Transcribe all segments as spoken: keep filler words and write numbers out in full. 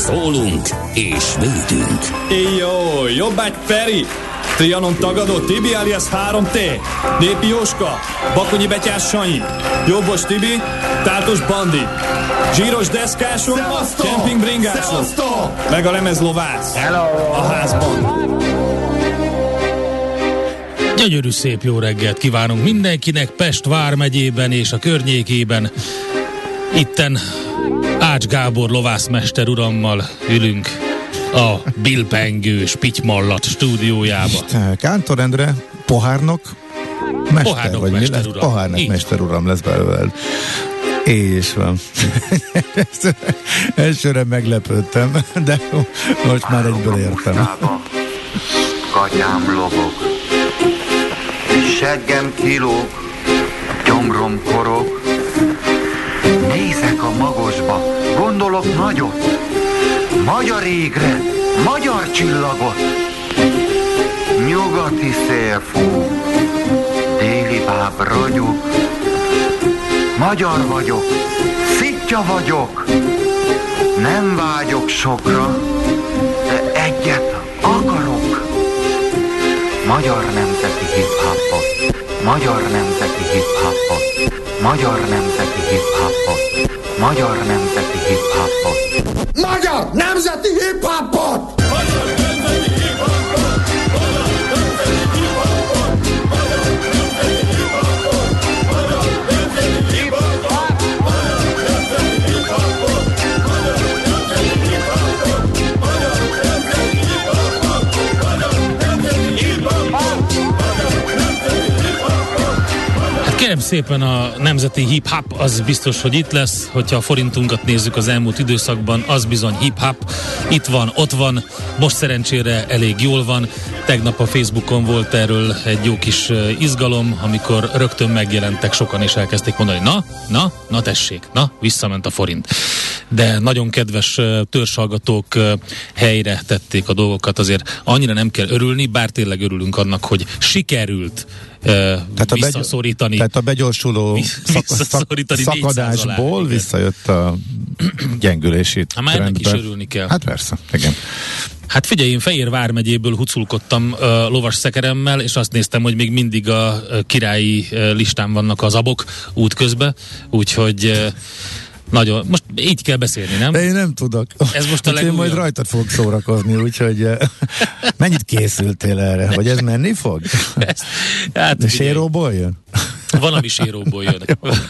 szólunk és védünk. Jó, jobb egy Feri! Trianon tagadó Tibi alias három té, Népi Jóska, Bakonyi Betyás Sanyi, Jobbos Tibi, Tátos Bandi, Zsíros Deszkások, Camping Bringások, meg a lemezlovász a házban. Gyönyörű szép jó reggelt kívánunk mindenkinek Pest vármegyében és a környékében. Itten Ács Gábor lovászmester urammal ülünk a bilpengős Pitymallat stúdiójába. Kántor Endre pohárnok mester, pohárnok vagy mester mi lesz? uram. Pohárnok Így. mester uram lesz belőle. És van. Elsőre meglepődtem, de most már egyből értem. Gatyám lobog, seggem kilóg, gyomrom korog. Nézek a magosba, gondolok nagyot, magyar égre, magyar csillagot. Nyugati szél fúj, déli báb ragyog. Magyar vagyok, szitja vagyok, nem vágyok sokra, de egyet akarok. Magyar nemzeti hip-hopot, magyar nemzeti hip-hopot, magyar nemzeti hip-hopot, magyar nemzeti hip-hopot. Magyar nemzeti hip-hopot! Kérem szépen, a nemzeti hip-hop az biztos, hogy itt lesz, hogyha a forintunkat nézzük az elmúlt időszakban, az bizony hip-hop. Itt van, ott van, most szerencsére elég jól van. Tegnap a Facebookon volt erről egy jó kis izgalom, amikor rögtön megjelentek sokan és elkezdték mondani, na, na, na tessék, na, visszament a forint. De nagyon kedves törzshallgatók helyre tették a dolgokat, azért annyira nem kell örülni, bár tényleg örülünk annak, hogy sikerült tehát visszaszorítani. A begy- tehát a begyorsuló szak- visszaszorítani szakadásból visszajött a gyengülési hát már ennek is örülni kell. Hát persze, igen. Hát figyelj, én Fejér vármegyéből huculkodtam uh, lovas szekeremmel, és azt néztem, hogy még mindig a uh, királyi uh, listán vannak az abok útközben, úgyhogy uh, nagyon, most így kell beszélni, nem? De én nem tudok. Ez most a legújabb. Én majd rajtad fogok szórakozni, úgyhogy mennyit készültél erre? Vagy ez menni fog? Ezt, hát, séróból jön? Van, ami séróból jön.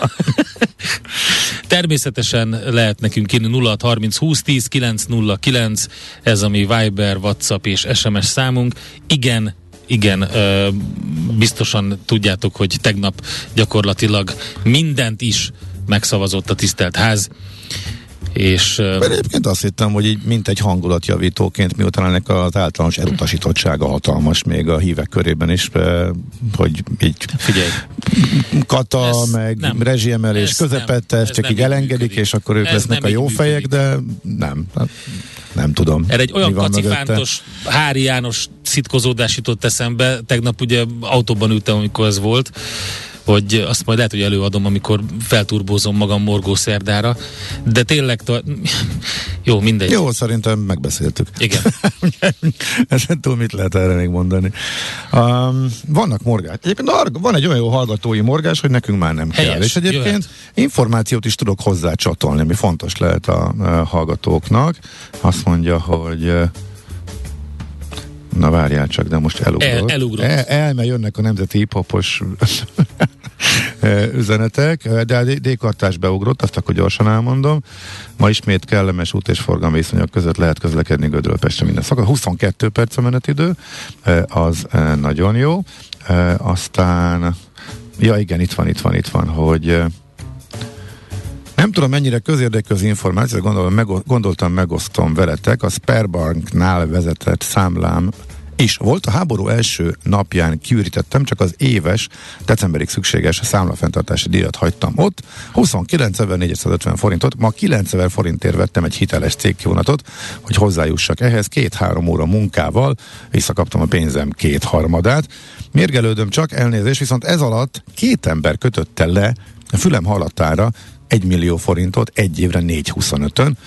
Természetesen lehet nekünk írni nulla hat harminc húsz tíz kilenc nulla kilenc, ez a mi Viber, WhatsApp és es em es számunk. Igen, igen, ö, biztosan tudjátok, hogy tegnap gyakorlatilag mindent is megszavazott a tisztelt ház, és... Uh, egyébként azt hittem, hogy így mint egy hangulatjavítóként, miután ennek az általános elutasítottsága hatalmas még a hívek körében is, hogy így figyelj, kata, ez meg nem, rezsiemelés közepette, ezt csak így elengedik, működik. És akkor ők ez lesznek a jó fejek, de nem, nem tudom. Erre egy olyan kacifántos Hári János szitkozódás jutott eszembe, tegnap ugye autóban ültem, amikor ez volt, hogy azt majd lehet, hogy előadom, amikor felturbózom magam Morgó szerdára, de tényleg to- jó, mindegy. Jó, szerintem megbeszéltük. Igen. Ezen túl mit lehet erre még mondani? Um, vannak morgás. Egyébként van egy olyan jó hallgatói morgás, hogy nekünk már nem helyes, kell. És egyébként jöhet. információt is tudok hozzá csatolni, ami fontos lehet a, a hallgatóknak. Azt mondja, hogy na várjál csak, de most elugrott. El, elugrott. El, elme jönnek a nemzeti hip-hopos üzenetek, de a D-kartás beugrott, azt akkor gyorsan elmondom. Ma ismét kellemes út és forgalmi viszonyok között lehet közlekedni Gödről Pestre minden szakad. huszonkettő perc a menetidő, az nagyon jó. Aztán, ja igen, itt van, itt van, itt van, hogy nem tudom, mennyire közérdekű az információ, gondolom, meg, gondoltam, megosztom veletek. A Sperbanknál vezetett számlám is volt. A háború első napján kiürítettem, csak az éves, decemberig szükséges számlafenntartási díjat hagytam ott. huszonkilencezer-négyszázötven forintot, ma kilencezer forintért vettem egy hiteles cégkivonatot, hogy hozzájussak ehhez. Két-három óra munkával visszakaptam a pénzem kétharmadát. Mérgelődöm csak, elnézés, viszont ez alatt két ember kötötte le a fülem hallatára egy millió forintot egy évre négy huszonötön,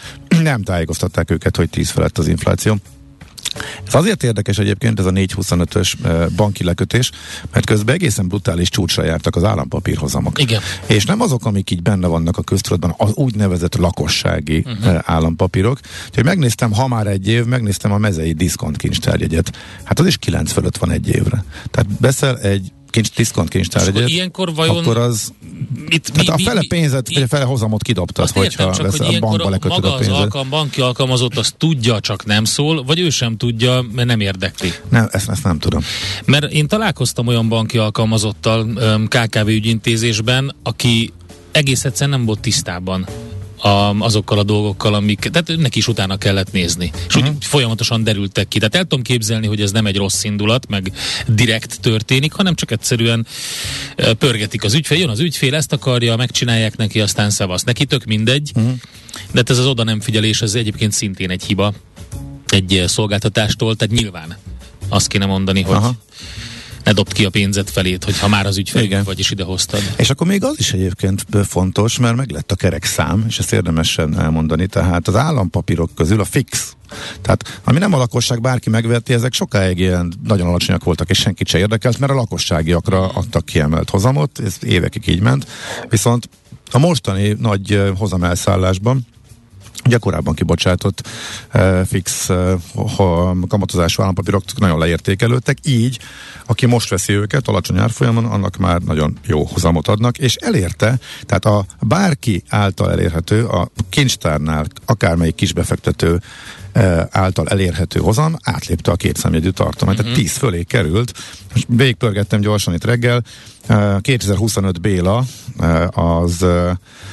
Nem tájékoztatták őket, hogy tíz felett az infláció. Ez azért érdekes egyébként ez a négy huszonötös banki lekötés, mert közben egészen brutális csúcsra jártak az állampapírhozamok. Igen. És nem azok, amik így benne vannak a köztudatban, az úgynevezett lakossági uh-huh. állampapírok. Úgyhogy megnéztem, ha már egy év, megnéztem a mezei diszkontkincstárjegyet. Hát az is kilenc fölött van egy évre. Tehát beszel egy kincs, diszkont kincstárjegyet, ilyenkor vajon akkor az itt, hát mi, a mi, fele mi, pénzet, vagy a fele hozamot kidobtad, hogyha értem, csak, veszel, hogy a bankba lekötöd maga a pénzet. az alkalm, banki alkalmazott azt tudja, csak nem szól, vagy ő sem tudja, mert nem érdekli. Nem, ezt, ezt nem tudom. Mert én találkoztam olyan banki alkalmazottal ká ká vé ügyintézésben, aki egész egyszerűen nem volt tisztában A, azokkal a dolgokkal, amik, tehát neki is utána kellett nézni. És uh-huh. úgy folyamatosan derültek ki. Tehát el tudom képzelni, hogy ez nem egy rossz indulat, meg direkt történik, hanem csak egyszerűen uh, pörgetik az ügyfél. Jön az ügyfél, ezt akarja, megcsinálják neki, aztán szevasz. Neki tök mindegy, uh-huh. de hát ez az oda nem figyelés, ez egyébként szintén egy hiba egy szolgáltatástól, tehát nyilván azt kéne mondani, hogy Aha. ne dobd ki a pénzet felét, hogyha már az ügyfél vagy is idehoztad. És akkor még az is egyébként fontos, mert meg lett a kerek szám, és ezt érdemesen elmondani, tehát az állampapírok közül a fix, tehát ami nem a lakosság bárki megverti, ezek sokáig ilyen nagyon alacsonyak voltak, és senkit se érdekelt, mert a lakosságiakra adtak kiemelt hozamot, ez évekig így ment, viszont a mostani nagy hozamelszállásban ugye korábban kibocsátott uh, fix uh, kamatozású állampapírok nagyon leértékelődtek, így aki most veszi őket alacsony árfolyamon, annak már nagyon jó hozamot adnak, és elérte, tehát a bárki által elérhető, a kincstárnál akármelyik kisbefektető uh, által elérhető hozam átlépte a kétszámjegyű tartományt, uh-huh. tehát tíz fölé került. Most végigpörgettem gyorsan itt reggel, uh, kétezer-huszonöt Béla uh, az uh,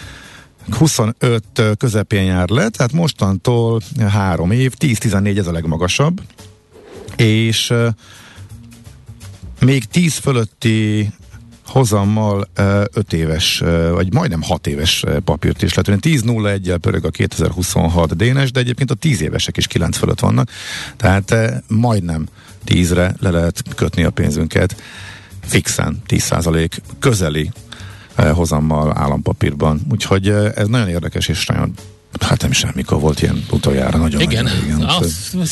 huszonöt közepén jár le, tehát mostantól három év, tíz-tizennégy ez a legmagasabb, és uh, még tíz fölötti hozammal uh, öt éves, uh, vagy majdnem hat éves uh, papírt is lehet. tíz nulla egyel pörög a kétezer-huszonhat Dénes, de egyébként a tíz évesek is kilenc fölött vannak, tehát uh, majdnem tízre le lehet kötni a pénzünket, fixen tíz százalék közeli hozammal állampapírban. Úgyhogy ez nagyon érdekes, és nagyon, hát nem is sem, mikor volt ilyen utoljára. Nagyon igen, nagyon, igen, az, az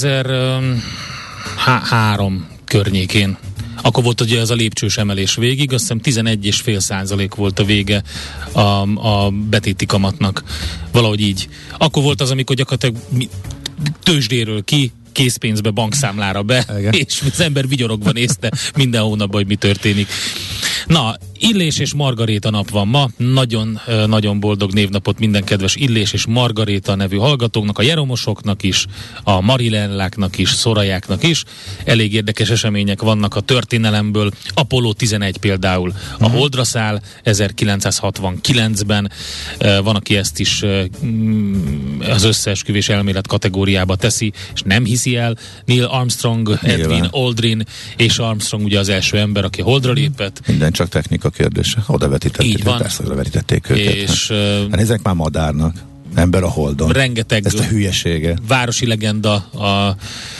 kétezer-három környékén. Akkor volt ugye ez a lépcsős emelés végig, azt hiszem tizenegy egész öt százalék volt a vége a, a betéti kamatnak. Valahogy így. Akkor volt az, amikor gyakorlatilag tőzsdéről ki, készpénzbe, bankszámlára be, igen. És az ember vigyorogva nézte minden hónapban, hogy mi történik. Na, Illés és Margaréta nap van ma, nagyon-nagyon boldog névnapot minden kedves Illés és Margaréta nevű hallgatóknak, a Jeromosoknak is, a Marilelláknak is, Szorajáknak is. Elég érdekes események vannak a történelemből. Apollo tizenegy például a uh-huh. Holdra száll ezerkilencszázhatvankilencben. Van, aki ezt is az összeesküvés elmélet kategóriába teszi, és nem hiszi el. Neil Armstrong, Edwin Nyilván. Aldrin és Armstrong ugye az első ember, aki Holdra lépett. Minden csak technika kérdése. Oda vetítették, persze, oda vetítették őket. És, hát, ezek már madárnak. Ember a Holdon. Rengeteg ezt a hülyesége. Városi legenda, a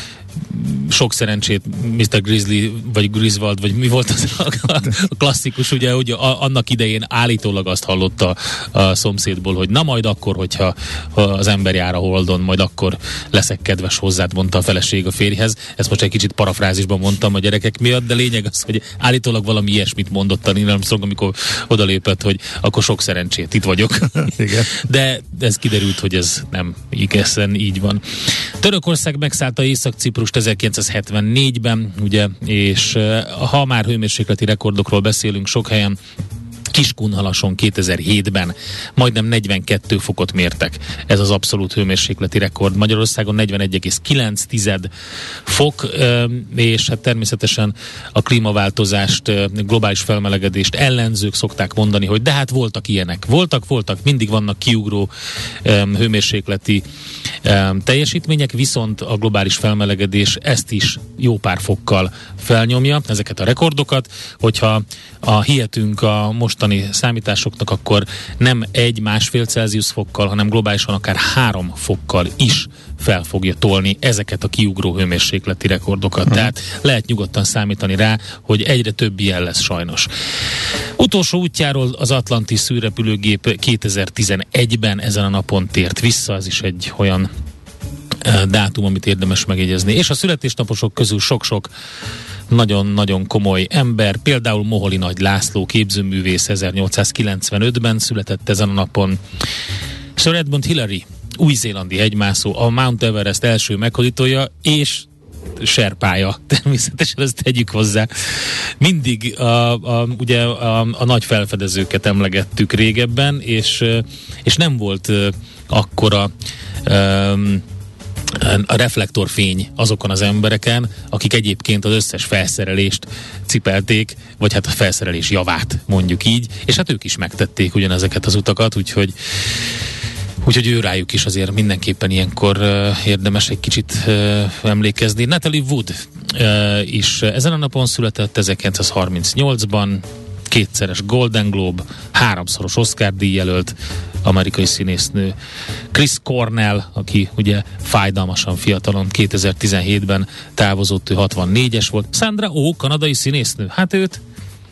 sok szerencsét miszter Grizzly, vagy Griswold, vagy mi volt az a, a klasszikus, ugye, ugye a, annak idején állítólag azt hallotta a szomszédból, hogy na majd akkor, hogyha ha az ember jár a Holdon, majd akkor leszek kedves hozzád, mondta a feleség a férjhez. Ezt most egy kicsit parafrázisban mondtam a gyerekek miatt, de lényeg az, hogy állítólag valami ilyesmit mondott a Neil Armstrong, amikor odalépett, hogy akkor sok szerencsét, itt vagyok. Igen. De ez kiderült, hogy ez nem igazán így van. Törökország megszállta Észak-Ciprust ezerkilencszázhetvennégyben, ugye, és ha már hőmérsékleti rekordokról beszélünk sok helyen, Kiskunhalason kétezer-hétben majdnem negyvenkettő fokot mértek. Ez az abszolút hőmérsékleti rekord. Magyarországon negyvenegy egész kilenc fok, és hát természetesen a klímaváltozást, globális felmelegedést ellenzők szokták mondani, hogy de hát voltak ilyenek. Voltak, voltak, mindig vannak kiugró hőmérsékleti teljesítmények, viszont a globális felmelegedés ezt is jó pár fokkal felnyomja, ezeket a rekordokat, hogyha a hihetünk a most mostani számításoknak, akkor nem egy-másfél Celsius fokkal, hanem globálisan akár három fokkal is fel fogja tolni ezeket a kiugró hőmérsékleti rekordokat. Hmm. Tehát lehet nyugodtan számítani rá, hogy egyre több ilyen lesz sajnos. Utolsó útjáról az Atlantis űrrepülőgép kétezer-tizenegyben ezen a napon tért vissza, ez is egy olyan uh, dátum, amit érdemes megjegyezni. És a születésnaposok közül sok-sok nagyon-nagyon komoly ember, például Moholi Nagy László képzőművész ezernyolcszázkilencvenötben született ezen a napon. Sir Edmund Hillary, új-zélandi hegymászó, a Mount Everest első meghódítója, és serpája, természetesen ezt tegyük hozzá. Mindig a, a, ugye a, a nagy felfedezőket emlegettük régebben, és, és nem volt akkora um, a reflektorfény azokon az embereken, akik egyébként az összes felszerelést cipelték, vagy hát a felszerelés javát, mondjuk így, és hát ők is megtették ugyanezeket az utakat, úgyhogy Úgyhogy ő rájuk is azért mindenképpen ilyenkor uh, érdemes egy kicsit uh, emlékezni. Natalie Wood uh, is ezen a napon született ezerkilencszázharmincnyolcban, kétszeres Golden Globe, háromszoros Oscar-díj jelölt amerikai színésznő. Chris Cornell, aki ugye fájdalmasan fiatalon kétezer-tizenhétben távozott, ő hatvannégyes volt. Sandra Oh, kanadai színésznő, hát őt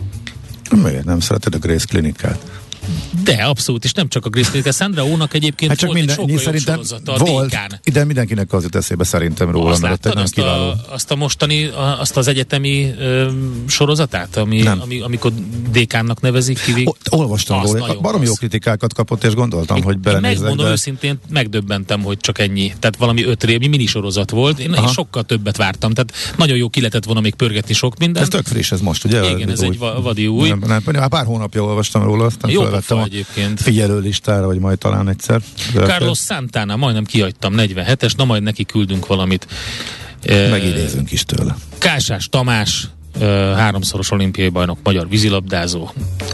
miért nem szereted a Grace Klinikát? De abszolút, és nem csak a Grace Klinikát. Sandra Oh-nak egyébként hát volt minden, egy sokkal jobb sorozata a volt, Dékán. ide mindenkinek az jut eszébe szerintem róla, Azt mert láttad, nem azt, kiváló. a, azt a mostani, a, azt az egyetemi ö, sorozatát, ami, ami, amikor Dékánnak nevezik ki? O, olvastam róla, baromi jó kritikákat kapott, és gondoltam, én, hogy belenézzek. Megmondom de... őszintén, megdöbbentem, hogy csak ennyi. Tehát valami öt régi minisorozat volt. Én, én sokkal többet vártam. Tehát nagyon jó, ki lehetett volna még pörgetni sok mindent. Ez tök friss, ez most, ugye? Igen, ez, ez egy vadi új. Nem, nem, nem, pár hónapja olvastam róla, aztán jó felvettem a egyébként. figyelőlistára, vagy majd talán egyszer. Carlos Santana, majdnem kihagytam, negyvenhetes, na majd neki küldünk valamit. Megidézünk is tőle. Kásás Tamás, háromszoros olimpiai bajnok, magyar vízilabdázó,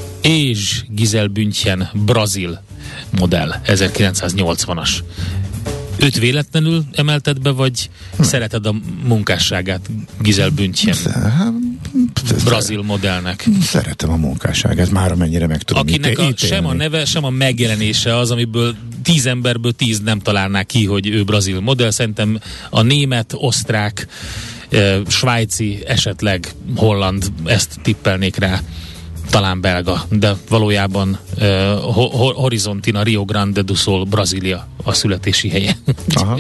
és Giselle Bündchen, brazil modell, ezerkilencszáznyolcvanas. Őt véletlenül emelted be, vagy hm. szereted a munkásságát Giselle Bündchen? Brazil modellnek. Szeretem a munkásságát, már amennyire meg tudom akinek a, sem a neve, sem a megjelenése az, amiből tíz emberből tíz nem találnák ki, hogy ő brazil modell. Szerintem a német, osztrák, e, svájci, esetleg holland, ezt tippelnék rá. Talán belga, de valójában uh, Horizontina, Rio Grande do Sul, Brazília a születési helye. Aha.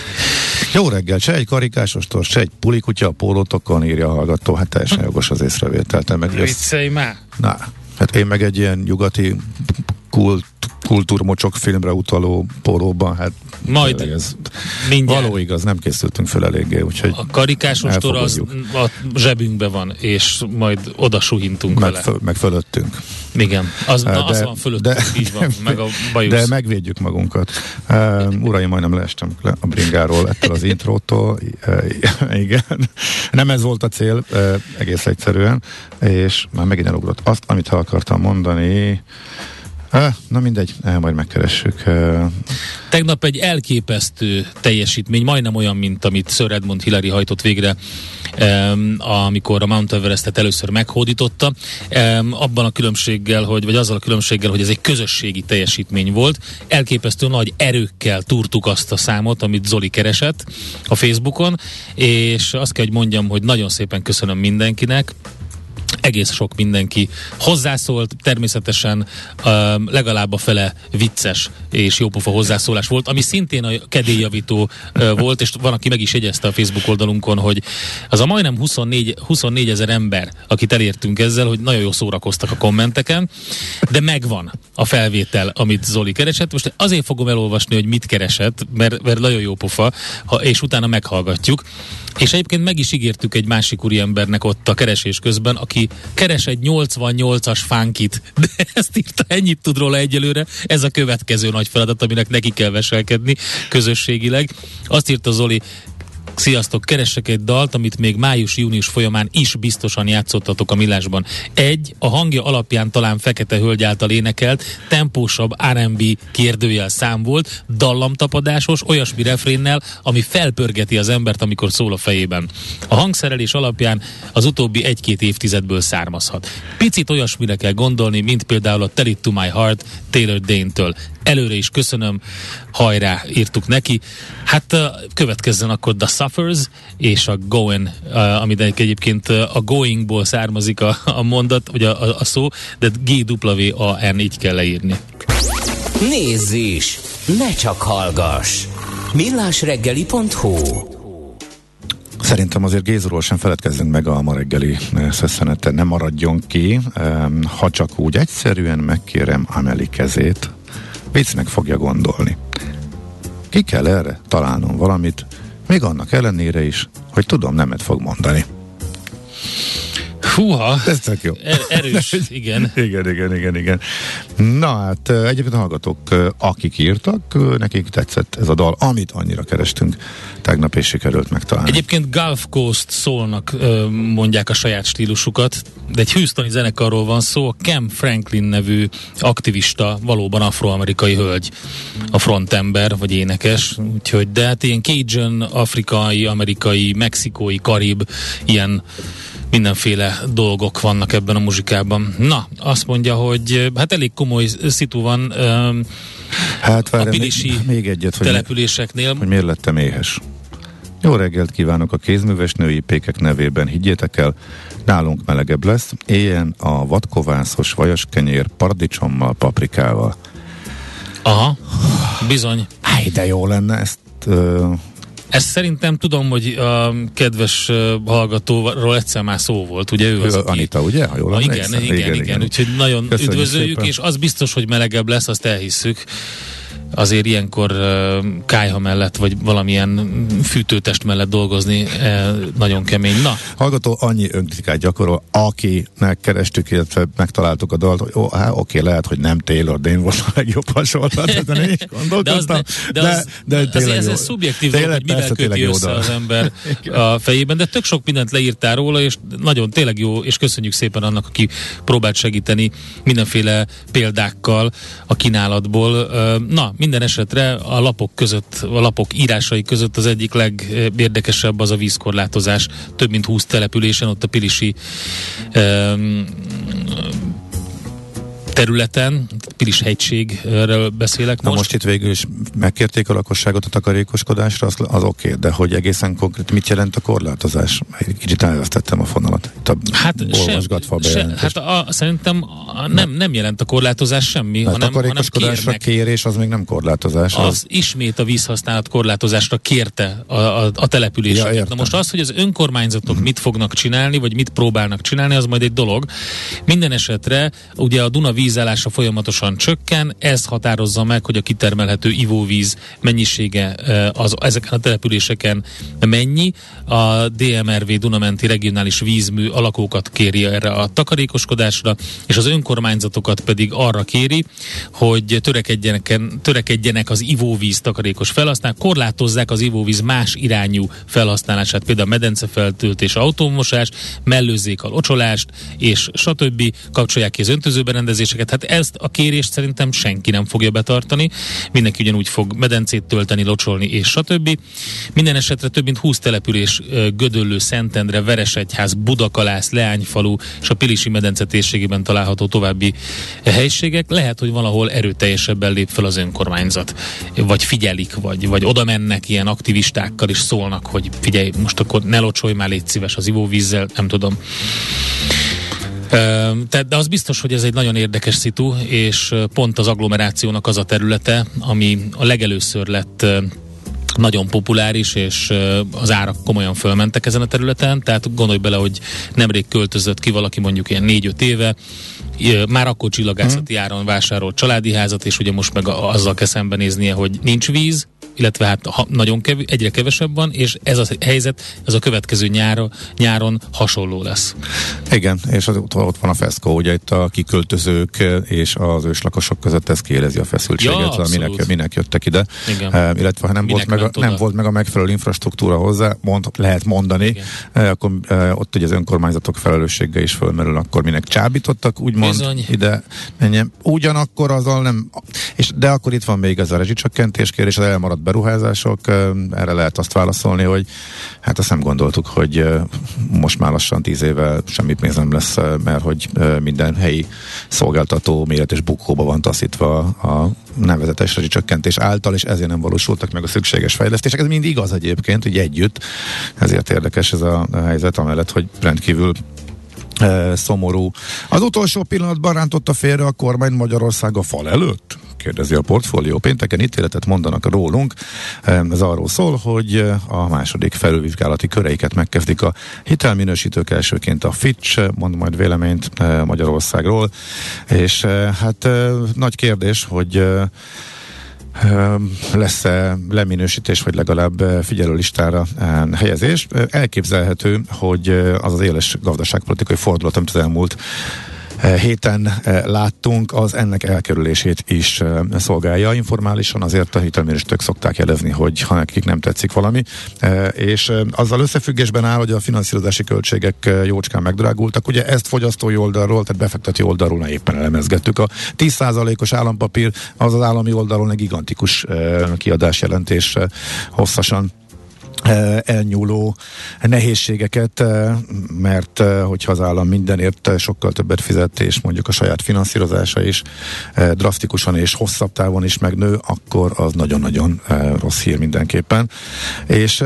Jó reggel, se egy karikásostor, se egy pulikutya a pólótokon, írja a hallgató. Hát teljesen jogos az észrevétel. Viccelj már! Na, hát én meg egy ilyen nyugati kult, kultúrmocsok filmre utaló pólóban, hát majd ez mindjárt. Való igaz, nem készültünk fel eléggé, úgyhogy a karikásostor az a zsebünkben van, és majd oda suhintunk meg vele. Föl, meg fölöttünk. Igen, az, de, na, az van fölöttünk, de, így van, meg a bajusz. De megvédjük magunkat. Uh, uraim, majdnem leestem le a bringáról ettől az intrótól. Uh, igen. Nem ez volt a cél, uh, egész egyszerűen, és már megint elugrott azt, amit el akartam mondani. Ah, na mindegy, eh, majd megkeressük. Uh... Tegnap egy elképesztő teljesítmény, majdnem olyan, mint amit Sir Edmund Hillary hajtott végre, um, amikor a Mount Everestet először meghódította, um, abban a különbséggel, hogy, vagy azzal a különbséggel, hogy ez egy közösségi teljesítmény volt. Elképesztő nagy erőkkel túrtuk azt a számot, amit Zoli keresett a Facebookon, és azt kell, hogy mondjam, hogy nagyon szépen köszönöm mindenkinek. Egész sok mindenki hozzászólt, természetesen uh, legalább a fele vicces és jópofa hozzászólás volt, ami szintén a kedélyjavító uh, volt, és van, aki meg is jegyezte a Facebook oldalunkon, hogy az a majdnem huszonnégy ezer ember, akit elértünk ezzel, hogy nagyon jól szórakoztak a kommenteken, de megvan a felvétel, amit Zoli keresett. Most azért fogom elolvasni, hogy mit keresett, mert, mert nagyon jó pofa, ha, és utána meghallgatjuk. És egyébként meg is ígértük egy másik úriembernek ott a keresés közben, aki keres egy nyolcvannyolcas funkit, de ezt írta, ennyit tud róla egyelőre, ez a következő nagy feladat, aminek neki kell veselkedni közösségileg. Azt írta Zoli, Sziasztok, keressek egy dalt, amit még május-június folyamán is biztosan játszottatok a Millásban. Egy, a hangja alapján talán Fekete Hölgy által énekelt, tempósabb er and bé kérdőjel szám volt, dallamtapadásos, olyasmi refrénnel, ami felpörgeti az embert, amikor szól a fejében. A hangszerelés alapján az utóbbi egy-két évtizedből származhat. Picit olyasmire kell gondolni, mint például a Tell It To My Heart Taylor Dayne-től. Előre is köszönöm, hajrá, írtuk neki. Hát következzen akkor The Suffers és a Going, amit egyébként a Goingból származik a, a mondat, vagy a, a, a szó, de G W A N így kell leírni. Nézz is! Ne csak hallgass! millásreggeli pont hu. Szerintem azért Gézóról sem feledkezzünk meg a ma reggeli szösszeneten, ne maradjon ki, ha csak úgy egyszerűen megkérem Amelie kezét, viccnek fogja gondolni. Ki kell erre találnom valamit, még annak ellenére is, hogy tudom, nemet fog mondani. Húha, ez tök jó. Er- erős, igen. igen, igen, igen, igen. Na hát, egyébként a hallgatók, akik írtak, nekik tetszett ez a dal, amit annyira kerestünk tegnap, és sikerült megtalálni. Egyébként Gulf Coast Soulnak mondják a saját stílusukat, de egy houstoni zenekarról van szó, a Cam Franklin nevű aktivista, valóban afroamerikai hölgy, a frontember, vagy énekes, úgyhogy, de hát ilyen Cajun, afrikai, amerikai, mexikói, karib, ilyen mindenféle dolgok vannak ebben a muzsikában. Na, azt mondja, hogy hát elég komoly szitu van um, hát, a pilisi még, még egyet, hogy településeknél. Mi, hogy miért lettem éhes. Jó reggelt kívánok a kézműves női pékek nevében, higgyétek el, nálunk melegebb lesz, éljen a vadkovászos vajaskenyér paradicsommal, paprikával. Aha, bizony. Áj, de jó lenne ezt... Uh, Ezt szerintem tudom, hogy a kedves uh, hallgatóról egyszer már szó volt, ugye ő az, ő, aki... Anita, ugye? Ha jól igen, igen, igen, igen, igen, úgyhogy nagyon köszönjük üdvözöljük, szépen. És az biztos, hogy melegebb lesz, azt elhisszük. Azért ilyenkor uh, kályha mellett, vagy valamilyen fűtőtest mellett dolgozni uh, nagyon kemény. Na. Hallgató annyi önkritikát gyakorol, akinek kerestük, illetve megtaláltuk a dalt, hogy ó, hát, oké, lehet, hogy nem Taylor Dayne volt a legjobb hasonlat, de én is gondolkoztam. De, az, de, az, de, de tényleg ez, ez szubjektív dolog, hogy mivel köti össze az ember a fejében, de tök sok mindent leírtál róla, és nagyon tényleg jó, és köszönjük szépen annak, aki próbált segíteni mindenféle példákkal a kínálatból. Na, minden esetre a lapok között, a lapok írásai között az egyik legérdekesebb az a vízkorlátozás. Több mint húsz településen, ott a pilisi um, területen, Pilis hegységről beszélek most. Na most itt végül is megkérték a lakosságot a takarékoskodásra, az, az oké, okay, de hogy egészen konkrét mit jelent a korlátozás? Egy kicsit elvesztettem a fonalat. Itt a hát olvasgatva se, se, hát a, szerintem a, nem, nem jelent a korlátozás semmi, mert hanem, a takarékoskodásra hanem kérés az még nem korlátozás. Az, az ismét a vízhasználat korlátozásra kérte a, a, a településeket. Ja, na most az, hogy az önkormányzatok hmm. mit fognak csinálni, vagy mit próbálnak csinálni, az majd egy dolog. Minden esetre ugye a Duna vízállása folyamatosan csökken, ez határozza meg, hogy a kitermelhető ivóvíz mennyisége az, ezeken a településeken mennyi. A dé em er vé Dunamenti regionális vízmű a lakókat kéri erre a takarékoskodásra, és az önkormányzatokat pedig arra kéri, hogy törekedjenek, törekedjenek az ivóvíz takarékos felhasználásra, korlátozzák az ivóvíz más irányú felhasználását, például medencefeltöltés, autómosás, mellőzzék a locsolást, és stb. Kapcsolják ki az öntözőberendezéseket. Hát ezt a kérést szerintem senki nem fogja betartani. Mindenki ugyanúgy fog medencét tölteni, locsolni, és stb. Minden esetre több mint húsz település, Gödöllő, Szentendre, Veresegyház, Budakalász, Leányfalu és a Pilisi medence térségében található további helységek. Lehet, hogy valahol erőteljesebben lép fel az önkormányzat. Vagy figyelik, vagy, vagy oda mennek ilyen aktivistákkal, és szólnak, hogy figyelj, most akkor ne locsolj már, légy szíves az ivóvízzel, nem tudom. De az biztos, hogy ez egy nagyon érdekes szitu, és pont az agglomerációnak az a területe, ami a legelőször lett nagyon populáris, és az árak komolyan fölmentek ezen a területen, tehát gondolj bele, hogy nemrég költözött ki valaki mondjuk ilyen négy-öt éve, már akkor csillagászati hmm. áron vásárolt családi házat, és ugye most meg azzal kell szembenéznie, hogy nincs víz, illetve hát ha nagyon kev- egyre kevesebb van, és ez a helyzet, ez a következő nyára, nyáron hasonló lesz. Igen, és az, ott van a feszkó, ugye itt a kiköltözők és az őslakosok között ez kiélezi a feszültséget, ja, minek, minek jöttek ide, uh, illetve ha nem volt, meg a, nem volt meg a megfelelő infrastruktúra hozzá, mond, lehet mondani, uh, akkor uh, ott ugye az önkormányzatok felelőssége is fölmerül, akkor minek csábítottak, úgymond Bizony. ide menjen. Ugyanakkor azzal nem, és de akkor itt van még ez a rezsicsökkentés kérdés, az elmaradt beruházások, erre lehet azt válaszolni, hogy hát azt nem gondoltuk, hogy most már lassan tíz éve semmi pénz nem lesz, mert hogy minden helyi szolgáltató méretes bukóba van taszítva a nevezetes rezsicsökkentés által, és ezért nem valósultak meg a szükséges fejlesztések. Ez mind igaz egyébként, így együtt. Ezért érdekes ez a helyzet, amellett, hogy rendkívül e, szomorú. Az utolsó pillanatban rántotta félre a kormány Magyarország a fal előtt? Kérdezi a Portfólió. Pénteken ítéletet mondanak rólunk. Ez arról szól, hogy a második felülvizsgálati köreiket megkezdik a hitelminősítők, elsőként a Fitch mond majd véleményt Magyarországról, és hát nagy kérdés, hogy lesz-e leminősítés, vagy legalább figyelőlistára helyezés. Elképzelhető, hogy az az éles gazdaságpolitikai fordulat, amit az elmúlt héten láttunk, az ennek elkerülését is szolgálja informálisan, azért a hitelminősítők szokták jelezni, hogy ha nekik nem tetszik valami, és azzal összefüggésben áll, hogy a finanszírozási költségek jócskán megdrágultak. Ugye ezt fogyasztói oldalról, tehát befektető oldalról éppen elemezgettük. A tíz százalékos állampapír az az állami oldalon egy gigantikus kiadásjelentés hosszasan elnyúló nehézségeket, mert hogyha az állam mindenért sokkal többet fizet, és mondjuk a saját finanszírozása is drasztikusan és hosszabb távon is megnő, akkor az nagyon-nagyon rossz hír mindenképpen. És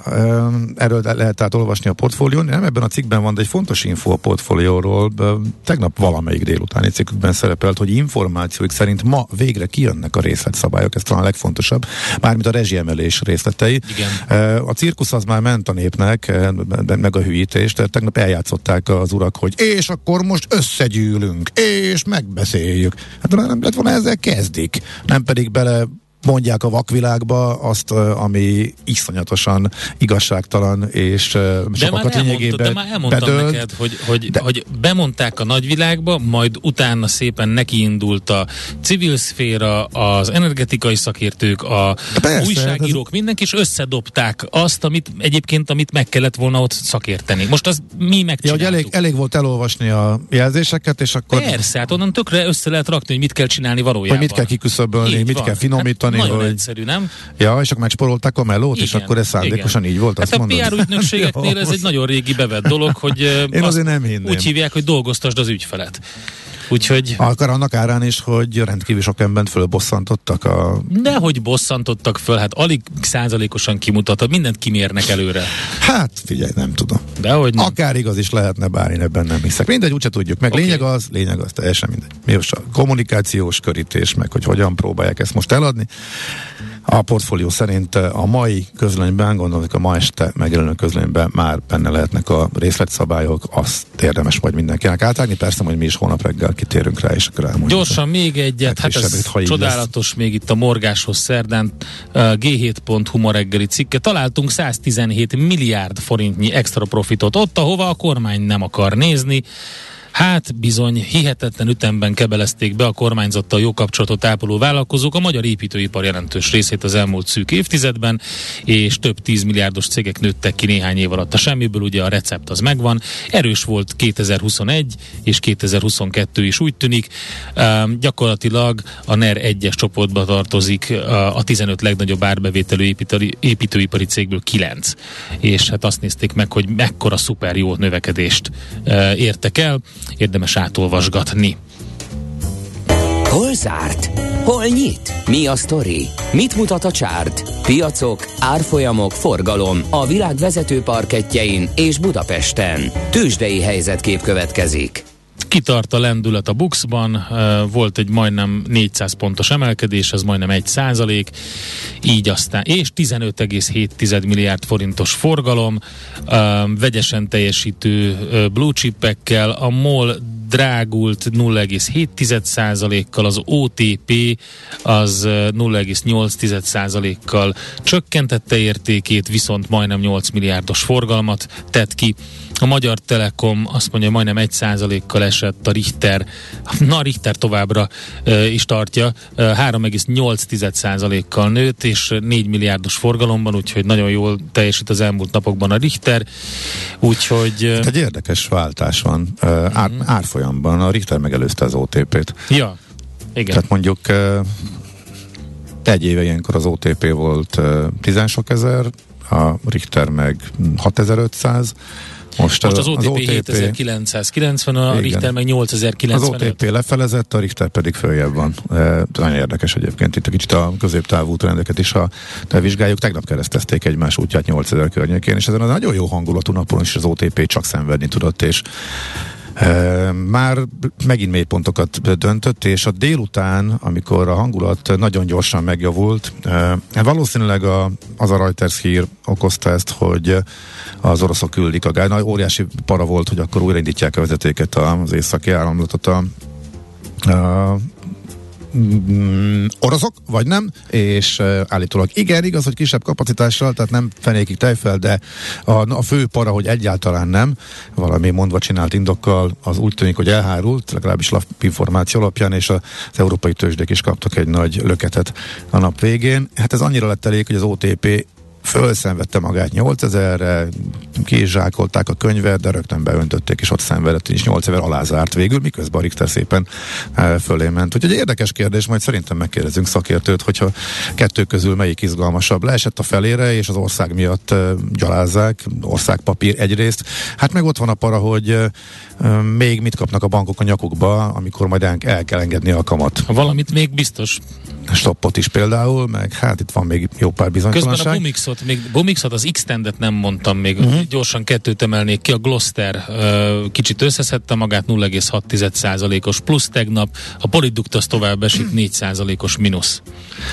erről lehet tehát olvasni a Portfólión. Nem ebben a cikkben van, de egy fontos info a Portfólióról. Tegnap valamelyik délutáni cikkükben szerepelt, hogy információik szerint ma végre kijönnek a részletszabályok, ez talán a legfontosabb, mármint a rezsiemelés részletei. Igen. A cirkusz az már ment a népnek, meg a hülyítés, tehát tegnap eljátszották az urak, hogy és akkor most összegyűlünk, és megbeszéljük. Hát nem lett volna, ezzel kezdik, nem pedig bele mondják a vakvilágba azt, ami iszonyatosan igazságtalan, és sokakat lényegében de már elmondtam bedölt, neked, hogy, hogy, de, hogy bemondták a nagyvilágba, majd utána szépen nekiindult a civil szféra, az energetikai szakértők, a persze, újságírók, ez... mindenki, és összedobták azt, amit egyébként, amit meg kellett volna ott szakérteni. Most az mi megcsináltuk. Ja, hogy elég, elég volt elolvasni a jelzéseket, és akkor... Persze, hát onnan tökre össze lehet rakni, hogy mit kell csinálni valójában. Hogy mit kell kiküszöbölni, mit van. kell finomítani. Hát nagyon hogy... egyszerű, nem? Ja, és akkor megsporolták a melót, igen, és akkor ez szándékosan igen. így volt, hát azt mondod? Hát a pé er ügynökségeknél ez egy nagyon régi bevett dolog, hogy én azért nem úgy hívják, hogy dolgoztasd az ügyfelet. Úgyhogy... Akar annak árán is, hogy rendkívül sok embert fölbosszantottak a... Nehogy bosszantottak föl, hát alig százalékosan kimutatod, mindent kimérnek előre. Hát figyelj, nem tudom. Dehogy nem. Akár igaz is lehetne, bár én ebben nem hiszek. Mindegy, úgyse tudjuk meg. Okay. Lényeg az, lényeg az, teljesen mindegy. Mi a kommunikációs körítés, meg hogy hogyan próbálják ezt most eladni. A Portfólió szerint a mai közlönyben, gondolom, hogy a ma este megjelenő közlönyben már benne lehetnek a részletszabályok, azt érdemes majd mindenkinek átrágni. Persze, hogy mi is holnap reggel kitérünk rá, és akkor elmondjuk. Gyorsan még egyet, hát ez csodálatos lesz. Még itt a morgáshoz szerdán gé hét pont hu ma reggeli cikke. Találtunk száztizenhét milliárd forintnyi extra profitot ott, ahova a kormány nem akar nézni. Hát bizony, hihetetlen ütemben kebelezték be a kormányzattal jó kapcsolatot ápoló vállalkozók a magyar építőipar jelentős részét az elmúlt szűk évtizedben, és több tízmilliárdos cégek nőttek ki néhány év alatt a semmiből, ugye a recept az megvan. Erős volt kétezer-huszonegy és kétezer-huszonkettő is úgy tűnik. Uh, gyakorlatilag a NER egyes csoportba tartozik uh, a tizenöt legnagyobb árbevételű építői, építőipari cégből kilenc. És hát azt nézték meg, hogy mekkora szuper jó növekedést uh, értek el. Érdemes átolvasgatni. Hol zárt? Hol nyit? Mi a sztori? Mit mutat a csárt? Piacok, árfolyamok, forgalom a világ vezető parkettjein és Budapesten. Tőzsdei helyzetkép következik. Kitart a lendület a bukszban, volt egy majdnem négyszáz pontos emelkedés, ez majdnem egy százalék, így aztán, és tizenöt egész hét milliárd forintos forgalom, vegyesen teljesítő blue chipekkel, a MOL drágult nulla egész hét százalékkal, az o té pé az nulla egész nyolc százalékkal csökkentette értékét, viszont majdnem nyolc milliárdos forgalmat tett ki. A Magyar Telekom azt mondja, majdnem egy százalékkal esett, a Richter, na a Richter továbbra e, is tartja, e, három egész nyolc százalékkal nőtt, és négy milliárdos forgalomban, úgyhogy nagyon jól teljesít az elmúlt napokban a Richter, úgyhogy... E, egy érdekes váltás van e, ár, mm. árfolyamban, a Richter megelőzte az o té pét. Ja, igen. Tehát mondjuk e, egy éve ilyenkor az o té pé volt e, tíz-sok ezer, a Richter meg hatezer-ötszáz. Most, Most az o té pé, az o té pé hétezer-kilencszázkilencven, a igen. Richter meg nyolcezer-kilencvenöt. Az o té pé lefelezett, a Richter pedig följebb van. E, nagyon érdekes egyébként, itt a kicsit a középtávú trendeket is, ha vizsgáljuk, tegnap keresztezték egymás útját nyolcezer környékén, és ezen a nagyon jó hangulatú napon is az o té pé csak szenvedni tudott, és Uh, már megint mélypontokat döntött, és a délután, amikor a hangulat nagyon gyorsan megjavult, uh, valószínűleg a, az a Reuters hír okozta ezt, hogy az oroszok küldik a gáz. Nagy óriási para volt, hogy akkor újraindítják a vezetéket az északi áramlatot a, a Mm, oroszok, vagy nem, és uh, állítólag igen, igaz, hogy kisebb kapacitással, tehát nem fenékig tejfel, de a, a fő para, hogy egyáltalán nem, valami mondva csinált indokkal, az úgy tűnik, hogy elhárult, legalábbis lapinformáció alapján, és az európai tőzsdék is kaptak egy nagy löketet a nap végén. Hát ez annyira lett elég, hogy az o té pé fölszenvedte magát nyolcezerre, ki is zsákolták a könyvet, de rögtön beöntötték, és ott szenvedett, és nyolcezer alá zárt végül, miközben a Richter szépen e, fölé ment. Úgyhogy egy érdekes kérdés, majd szerintem megkérdezünk szakértőt, hogyha kettő közül melyik izgalmasabb. Leesett a felére, és az ország miatt e, gyalázzák, országpapír egyrészt. Hát meg ott van a para, hogy e, még mit kapnak a bankok a nyakukba, amikor majd el, el kell engedni a kamat. Valamit még biztos. Stoppot is például, meg hát itt van még jó pár bizonytalanság. Közben a Bumixot, még Bumixot, az X-tendet nem mondtam még, uh-huh. gyorsan kettőt emelnék ki, a Gloster uh, kicsit összeszedte magát, nulla egész hat százalékos plusz tegnap, a Polyduktos tovább esik négy százalékos mínusz.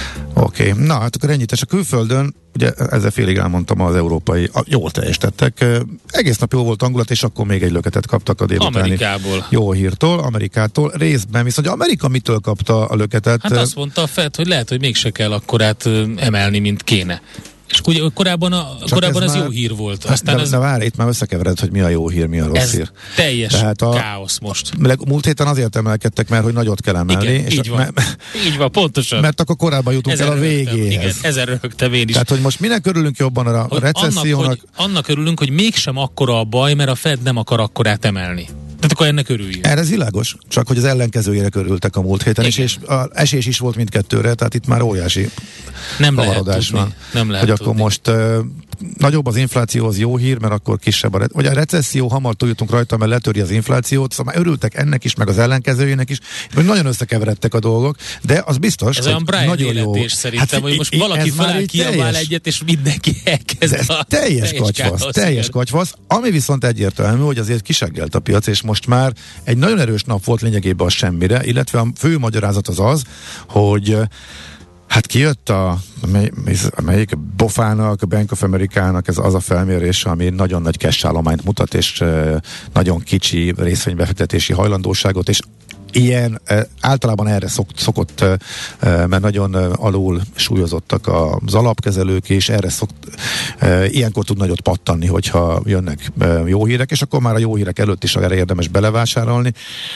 Oké, okay. Na hát akkor ennyit, és a külföldön, ugye ezzel félig elmondtam, az európai jól teljesítettek, egész nap jó volt hangulat, és akkor még egy löketet kaptak a délutáni Amerikából. Jó hírtól, Amerikától, részben viszont Amerika mitől kapta a löketet? Hát azt mondta a Fed, hogy lehet, hogy mégse kell akkorát emelni, mint kéne. És ugye korábban, a, korábban ez már, jó hír volt. Aztán de, ez, de várj, itt már összekevered, hogy mi a jó hír, mi a rossz ez hír. teljes Tehát a, káosz most. Múlt héten azért emelkedtek, mert hogy nagyot kell emelni. Igen, és így a, van. Mert, így van, pontosan. Mert akkor korábban jutunk ezen el a végéhez. Igen, ezen röhögtem én is. Tehát, hogy most minek örülünk jobban a hogy recessziónak? Annak, hogy, annak örülünk, hogy mégsem akkora a baj, mert a Fed nem akar akkorát emelni. Tehát akkor ennek örüljünk. Erre ez világos, csak hogy az ellenkezőjére örültek a múlt héten is, és a esés is volt mindkettőre, tehát itt már óriási nem kavarodás van. Nem lehet hogy tudni. akkor most uh, nagyobb az infláció, az jó hír, mert akkor kisebb a, re- vagy a recesszió, hamar túljutunk rajta, mert letöri az inflációt, szóval már örültek ennek is, meg az ellenkezőjének is, hogy nagyon összekeveredtek a dolgok, de az biztos, ez hogy olyan Brian nagyon jó. Szerintem, hát, hogy most i- valaki feláll, kiabál egyet, és mindenki elkezd ez a teljes kacsvasz, teljes kacsvasz, ami viszont egyértelmű, hogy azért kiseggelt a piac, és most már egy nagyon erős nap volt lényegében a semmire, illetve a fő magyarázat az az, hogy hát kijött a mely, melyik Bofának, a Bank of America-nak ez az a felmérés, ami nagyon nagy cash állományt mutat, és e, nagyon kicsi részvénybefektetési hajlandóságot, és ilyen e, általában erre szok, szokott, e, mert nagyon e, alul súlyozottak az alapkezelők, és erre szok, e, ilyenkor tud nagyot pattanni, hogyha jönnek e, jó hírek, és akkor már a jó hírek előtt is erre érdemes belevásárolni.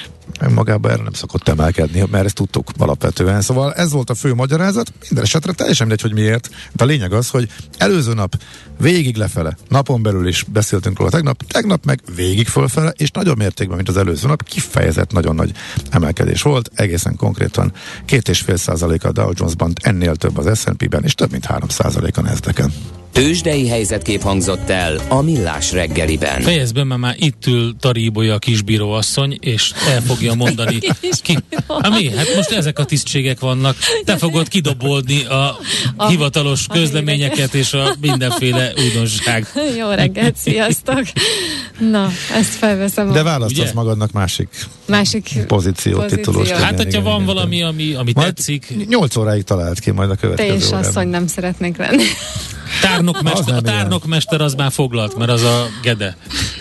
Magában erre nem szokott emelkedni, mert ezt tudtuk alapvetően. Szóval ez volt a fő magyarázat, minden esetre teljesen mindegy, hogy miért. De a lényeg az, hogy előző nap végig lefele, napon belül is beszéltünk róla tegnap, tegnap meg végig fölfele, és nagyobb mértékben, mint az előző nap, kifejezett nagyon nagy emelkedés volt, egészen konkrétan két és fél százalék a Dow Jonesban, ennél több az es and pé-ben, és több mint három százalék a Nasdaqen. Tőzsdei helyzetkép hangzott el a Millás reggeliben. Fejezd be, mert már itt ül Taríbolya a kisbíróasszony, és el fogja mondani ki. Hát mi? Hát most ezek a tisztségek vannak. Te fogod kidobolni a, a hivatalos a közleményeket és a mindenféle újdonság. Jó reggelt, sziasztok! Na, ezt felveszem. De választasz magadnak másik, másik pozíció, pozíció. titulós. Hát, hogyha van valami, ami, ami tetszik. nyolc óráig talált ki majd a következő Te és asszony nem szeretnék lenni. Tárnokmester, a tárnokmester az már foglalt, mert az a Gede.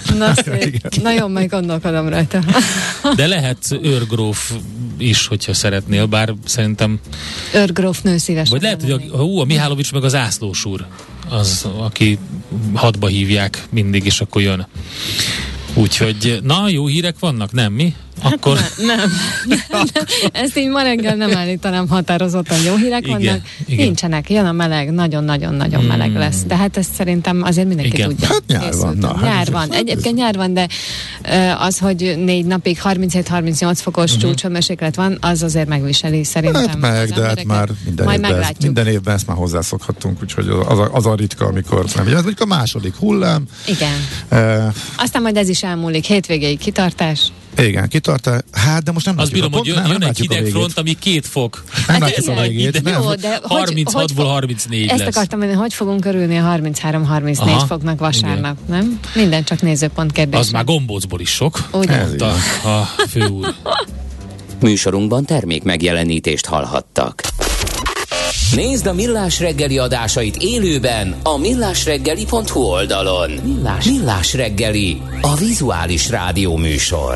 Na szép. Nagyon meg gondolkodom rajta. De lehet őrgróf is, hogyha szeretnél, bár szerintem... Őrgróf nő szívesen. Vagy lehet, hogy a, hú, a Mihálovics meg az Ászlós úr, az, aki hadba hívják mindig, és akkor jön. Úgyhogy, na, jó hírek vannak, nem mi? Akkor... Hát ne, nem. nem. Ezt így ma reggel nem állítanám határozottan, jó hírek igen, vannak. Igen. Nincsenek, jön a meleg, nagyon-nagyon-nagyon hmm. meleg lesz. De hát ezt szerintem azért mindenki igen. tudja. Hát nyár van. Na, nyár hát van. Egyébként nyár van, de az, hogy négy napig harminchét-harmincnyolc fokos uh-huh. csúcshőmérséklet van, az azért megviseli szerintem. Hát meg, de hát már minden évben, ezt, minden évben ezt már hozzászokhattunk, úgyhogy az a, az a ritka, amikor nem. Ez mondjuk a második hullám. Igen. Uh, Aztán majd ez is elmúlik, hétvégéig kitartás. Igen, kitartál. Hát, de most nem azt bírom, hogy jön, nem, jön nem egy hideg front, ami két fok. Nem látjuk a végét. Nem. Jó, de harminchatból harmincnégy lesz. Ezt akartam mondani, hogy fogunk örülni a harminchárom-harmincnégy Aha, foknak vasárnap, igen. Nem? Minden csak nézőpont kérdés. Az már gombócból is sok. Ugye? Mondta a főúr. Műsorunkban termék megjelenítést hallhattak. Nézd a Millás reggeli adásait élőben a millásreggeli pont hu oldalon. Millás, Millás reggeli, a vizuális rádió műsor.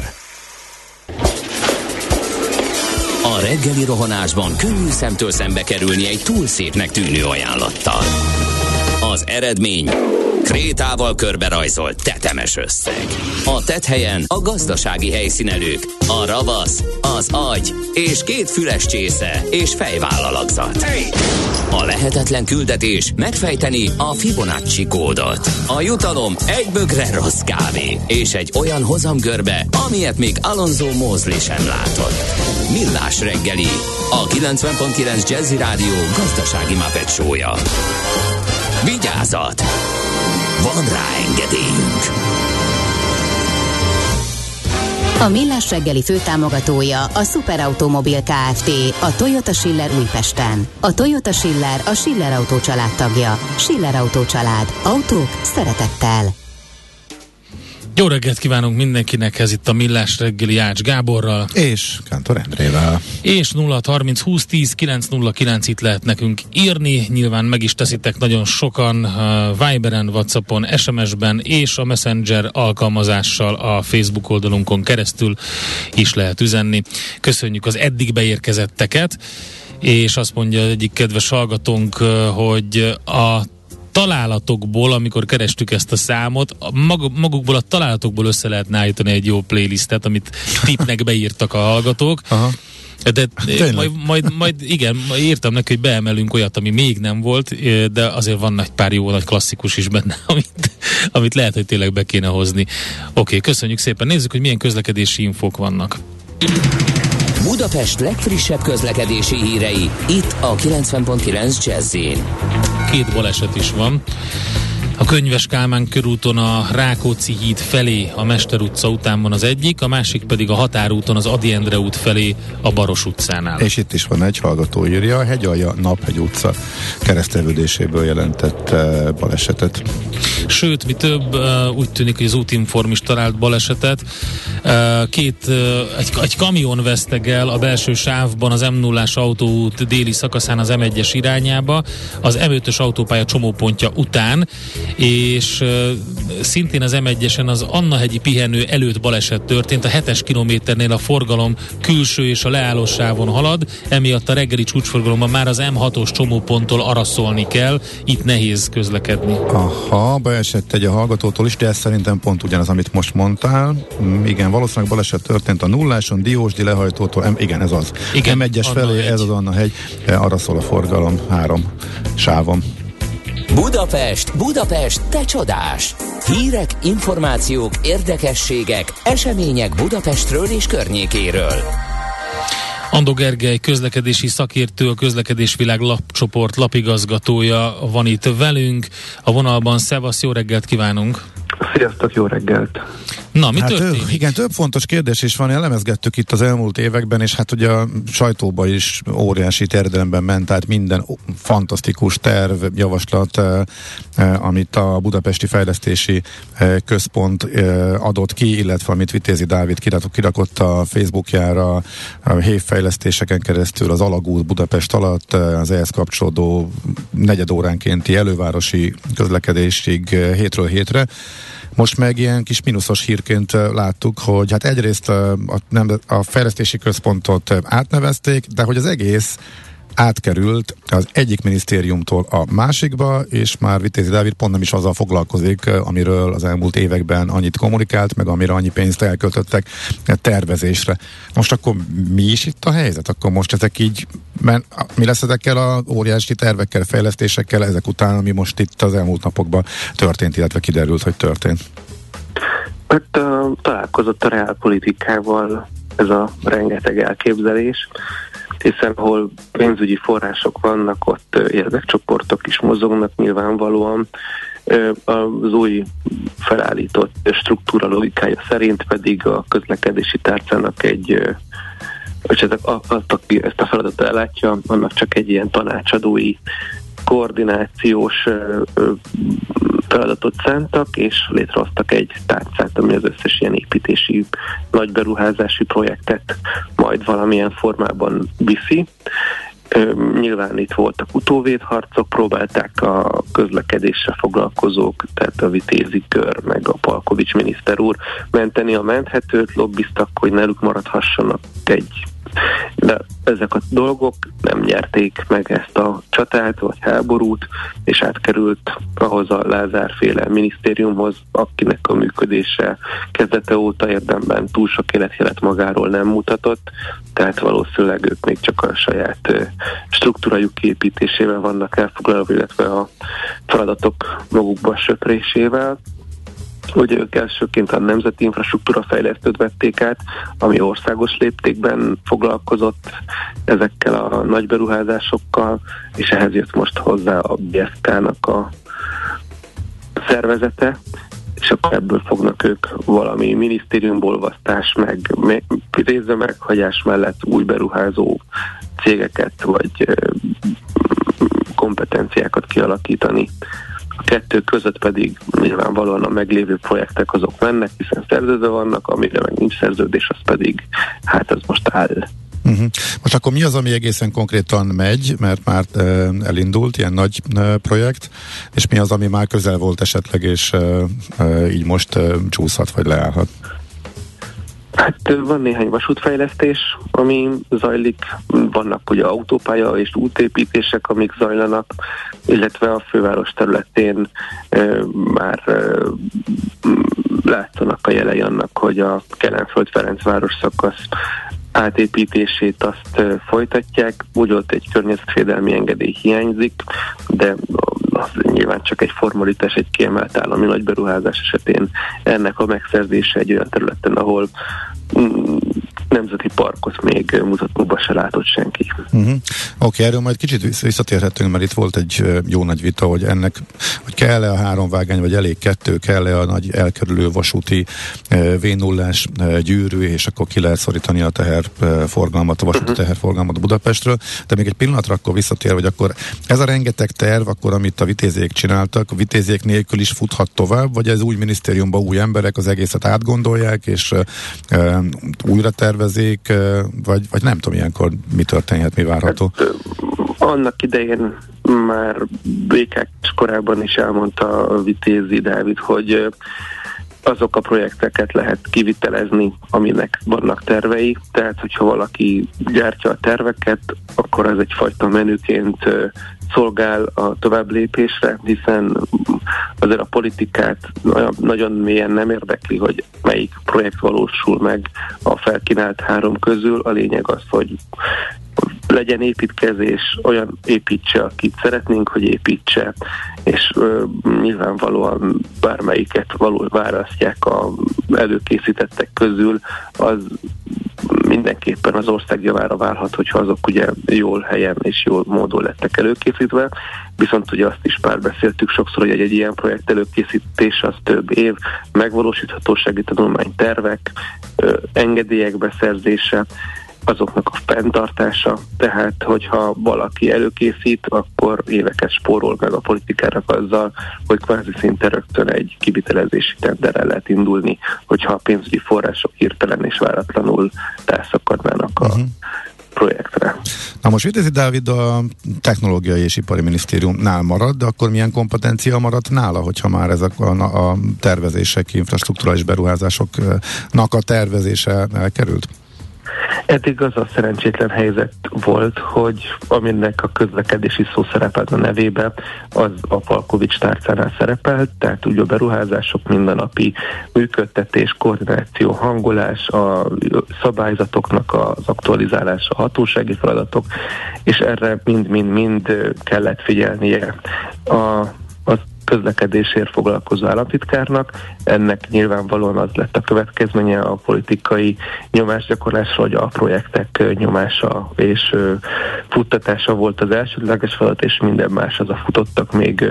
A reggeli rohanásban könnyű szemtől szembe kerülni egy túl szépnek tűnő ajánlattal. Az eredmény krétával körberajzolt tetemes összeg. A tetthelyen a gazdasági helyszínelők, a ravasz, az agy és két füles csésze és fejvállalakzat. A lehetetlen küldetés megfejteni a Fibonacci kódot. A jutalom egy bögre rossz kávé és egy olyan hozamgörbe, amilyet még Alonso Mosley sem látott. Millás reggeli, a kilencven pont kilenc Jazzy Rádió gazdasági Muppet show-ja. Vigyázat! Van rá engedélyünk! A Millás reggeli főtámogatója a Superautomobil Kft. A Toyota Schiller Újpesten. A Toyota Schiller a Schiller Autó család tagja. Schiller Autó család. Autók szeretettel. Jó reggelt kívánunk mindenkinek, ez itt a Millás reggeli Ács Gáborral. És Kántor Endrével. És nulla harminc húsz tíz kilenc nulla kilenc itt lehet nekünk írni, nyilván meg is teszitek nagyon sokan uh, Viberen, Whatsappon, es em es-ben és a Messenger alkalmazással a Facebook oldalunkon keresztül is lehet üzenni. Köszönjük az eddig beérkezetteket, és azt mondja egyik kedves hallgatónk, uh, hogy a találatokból, amikor kerestük ezt a számot, mag, magukból a találatokból össze lehetne állítani egy jó playlistet, amit tipnek beírtak a hallgatók. Aha. De majd, majd, majd igen, írtam neki, hogy beemelünk olyat, ami még nem volt, de azért van egy pár jó nagy klasszikus is benne, amit, amit lehet, hogy tényleg be kéne hozni. Oké, okay, köszönjük szépen. Nézzük, hogy milyen közlekedési infók vannak. Budapest legfrissebb közlekedési hírei, itt a kilencven pont kilenc Jazz-in. Két baleset is van. A Könyves Kálmán körúton a Rákóczi híd felé a Mester utca után van az egyik, a másik pedig a Határúton az Ady Endre út felé a Baros utcánál. És itt is van egy hallgató írja, a Hegyalja Naphegy utca kereszteződéséből jelentett uh, balesetet. Sőt, mi több, uh, úgy tűnik, hogy az Útinform is talált balesetet. Uh, két, uh, egy, egy kamion vesztegel a belső sávban az em nullás autóút déli szakaszán az em egyes irányába, az em ötös autópálya csomópontja után, és uh, szintén az em egyesen az Annahegyi pihenő előtt baleset történt, a hetes kilométernél a forgalom külső és a leálló sávon halad, emiatt a reggeli csúcsforgalomban már az em hatos csomóponttól araszolni kell, itt nehéz közlekedni. Aha, baleset egy a hallgatótól is, de ez szerintem pont ugyanaz, amit most mondtál. Mm, igen, valószínűleg baleset történt a nulláson, Diósdi lehajtótól, em, igen, ez az. Igen, em egyes felé, ez az Annahegy, arra szól a forgalom három sávon. Budapest, Budapest, te csodás! Hírek, információk, érdekességek, események Budapestről és környékéről. Andó Gergely közlekedési szakértő, a Közlekedésvilág lapcsoport lapigazgatója van itt velünk. A vonalban, szevasz, jó reggelt kívánunk! Sziasztok, jó reggelt! Na, mi hát történik? Igen, több fontos kérdés is van, elemezgettük itt az elmúlt években, és hát ugye a sajtóban is óriási terjedelemben ment, tehát minden fantasztikus terv, javaslat, eh, amit a Budapesti Fejlesztési eh, Központ eh, adott ki, illetve amit Vitézi Dávid kirakott, kirakott a Facebookjára, a hévfejlesztéseken keresztül az alagút Budapest alatt, eh, az ehhez kapcsolódó negyed óránkénti elővárosi közlekedésig eh, hétről hétre. Most meg ilyen kis mínuszos hírként láttuk, hogy hát egyrészt a, a, nem, a fejlesztési központot átnevezték, de hogy az egész átkerült az egyik minisztériumtól a másikba, és már Vitézi Dávid pont nem is azzal foglalkozik, amiről az elmúlt években annyit kommunikált, meg amire annyi pénzt elköltöttek tervezésre. Most akkor mi is itt a helyzet? Akkor most ezek így, men, mi lesz ezekkel a óriási tervekkel, fejlesztésekkel ezek után, ami most itt az elmúlt napokban történt, illetve kiderült, hogy történt? Hát uh, találkozott a reálpolitikával ez a rengeteg elképzelés, hiszen ahol pénzügyi források vannak, ott érdekcsoportok is mozognak nyilvánvalóan. Az új felállított struktúra logikája szerint pedig a közlekedési tárcának egy, és azt, aki ezt a feladatot ellátja, annak csak egy ilyen tanácsadói, koordinációs feladatot szántak, és létrehoztak egy tárcát, ami az összes ilyen építési, nagy beruházási projektet majd valamilyen formában viszi. Nyilván itt voltak utóvédharcok, próbálták a közlekedéssel foglalkozók, tehát a Vitézi kör, meg a Palkovics miniszter úr menteni a menthetőt, lobbiztak, hogy náluk maradhassanak egy, de ezek a dolgok nem nyerték meg ezt a csatát vagy háborút, és átkerült ahhoz a Lázár-féle minisztériumhoz, akinek a működése kezdete óta érdemben túl sok életjelet magáról nem mutatott, tehát valószínűleg ők még csak a saját struktúrájuk kiépítésével vannak elfoglalva, illetve a feladatok magukba söprésével. Ugye ők elsőként a Nemzeti Infrastruktúra Fejlesztőt vették át, ami országos léptékben foglalkozott ezekkel a nagy beruházásokkal, és ehhez jött most hozzá a bé es ká-nak a szervezete, és akkor ebből fognak ők valami minisztériumbolvasztás, meg, meg részbe meghagyás mellett új beruházó cégeket, vagy kompetenciákat kialakítani. A kettő között pedig nyilvánvalóan a meglévő projektek azok mennek, hiszen szerződve vannak, amire meg nincs szerződés, az pedig, hát az most áll. Uh-huh. Most akkor mi az, ami egészen konkrétan megy, mert már e, elindult ilyen nagy e, projekt, és mi az, ami már közel volt esetleg, és e, e, így most e, csúszhat, vagy leállhat? Hát van néhány vasútfejlesztés, ami zajlik, vannak ugye autópálya és útépítések, amik zajlanak, illetve a főváros területén e, már e, látszanak a jelei annak, hogy a Kelenföld-Ferencváros szakasz átépítését azt uh, folytatják. Úgy volt, egy környezetvédelmi engedély hiányzik, de az nyilván csak egy formalitás, egy kiemelt állami nagy beruházás esetén ennek a megszerzése egy olyan területen, ahol mm, nemzeti parkot még mutatóba se látott senki. Uh-huh. Oké, okay, erről majd kicsit visszatérhetünk, mert itt volt egy jó nagy vita, hogy ennek, hogy kell-e a három vágány, vagy elég kettő, kell-e a nagy elkerülő vasúti vé nullás gyűrű, és akkor ki lehet szorítani a teherforgalmat, a vasúti uh-huh. teherforgalmat Budapestről. De még egy pillanatra akkor visszatér, hogy akkor ez a rengeteg terv, akkor amit a vitéziek csináltak, a vitéziek nélkül is futhat tovább, vagy ez új minisztériumban új emberek az egészet átgondolják, és e, újra tervezik, e, vagy, vagy nem tudom ilyenkor mi történhet, mi várható? Hát, annak idején már bé ká korában is elmondta a Vitézi Dávid, hogy azok a projekteket lehet kivitelezni, aminek vannak tervei, tehát hogyha valaki gyártja a terveket, akkor ez egyfajta menüként szolgál a tovább lépésre, hiszen azért a politikát nagyon mélyen nem érdekli, hogy melyik projekt valósul meg a felkínált három közül. A lényeg az, hogy legyen építkezés, olyan építse, akit szeretnénk, hogy építse, és ö, nyilvánvalóan bármelyiket való választják a előkészítettek közül, az mindenképpen az ország javára válhat, hogyha azok ugye jól helyen és jól módon lettek előkészítve. Viszont ugye azt is már beszéltük sokszor, hogy egy, egy ilyen projekt előkészítés az több év, megvalósíthatósági tanulmány, tervek, ö, engedélyek beszerzése, azoknak a fenntartása, tehát hogyha valaki előkészít, akkor éveket spórol meg a politikának azzal, hogy kvázi szinte rögtön egy kivitelezési tenderrel lehet indulni, hogyha a pénzügyi források hirtelen és váratlanul elszakadnának a uh-huh. projektre. Na most Vitézi Dávid a Technológiai és Ipari Minisztériumnál marad, de akkor milyen kompetencia maradt nála, hogyha már ezek a, a tervezések, infrastrukturális beruházásoknak a tervezése elkerült? Eddig az a szerencsétlen helyzet volt, hogy aminek a közlekedési szó szerepelt a nevébe, az a Palkovics tárcánál szerepelt, tehát úgy a beruházások, mindennapi működtetés, koordináció, hangolás, a szabályzatoknak az aktualizálása, a hatósági feladatok, és erre mind-mind-mind kellett figyelnie a a közlekedésért foglalkozó államtitkárnak. Ennek nyilvánvalóan az lett a következménye a politikai nyomásgyakorlásra, hogy a projektek nyomása és futtatása volt az elsődleges feladat, és minden más az a futottak még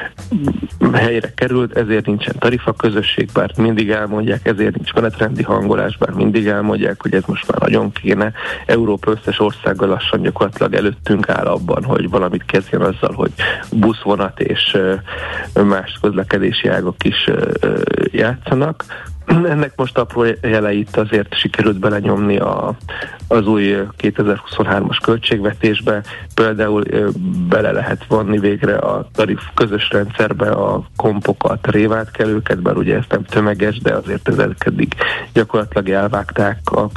helyre került, ezért nincsen tarifa közösség, bár mindig elmondják, ezért nincs menetrendi hangolás, bár mindig elmondják, hogy ez most már nagyon kéne. Európa összes országgal lassan gyakorlatilag előttünk áll abban, hogy valamit kezdjen azzal, hogy buszvonat és más közlekedési ágok is játszanak. Ennek most apró jeleit azért sikerült belenyomni a, az új kétezer-huszonhármas költségvetésbe. Például bele lehet vonni végre a tarif közös rendszerbe a kompokat, révátkelőket, bár ugye ez nem tömeges, de azért ezek eddig gyakorlatilag elvágták a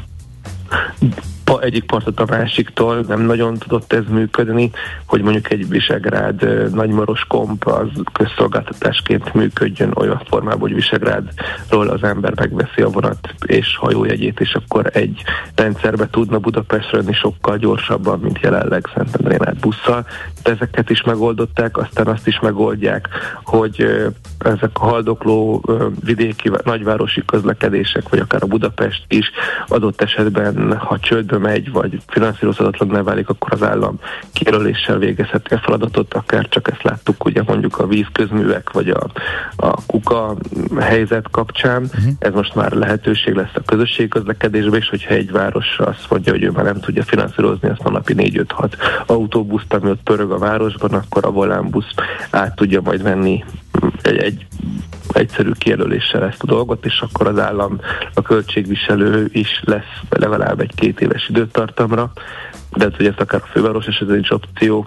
egyik partot a másiktól, nem nagyon tudott ez működni, hogy mondjuk egy Visegrád nagymaros komp az közszolgáltatásként működjön olyan formában, hogy Visegrádról az ember megveszi a vonat és hajójegyét, és akkor egy rendszerbe tudna Budapestre jönni sokkal gyorsabban, mint jelenleg Szentendrén át busszal. De ezeket is megoldották, aztán azt is megoldják, hogy ezek a haldokló vidéki nagyvárosi közlekedések, vagy akár a Budapest is adott esetben, ha csődbe megy, vagy finanszírozhatatlan válik, akkor az állam kijelöléssel végezheti a feladatot, akár csak ezt láttuk ugye mondjuk a vízközművek, vagy a, a kuka helyzet kapcsán. Uh-huh. Ez most már lehetőség lesz a közösségi közlekedésben, és hogyha egy város azt mondja, hogy ő már nem tudja finanszírozni azt a napi négy-öt-hat autóbuszt, ami ott pörög a városban, akkor a volánbusz át tudja majd venni egy, egy egyszerű kijelöléssel ezt a dolgot, és akkor az állam, a költségviselő is lesz legalább egy két éves időtartamra, de hogy ezt akár a főváros esetben is opció.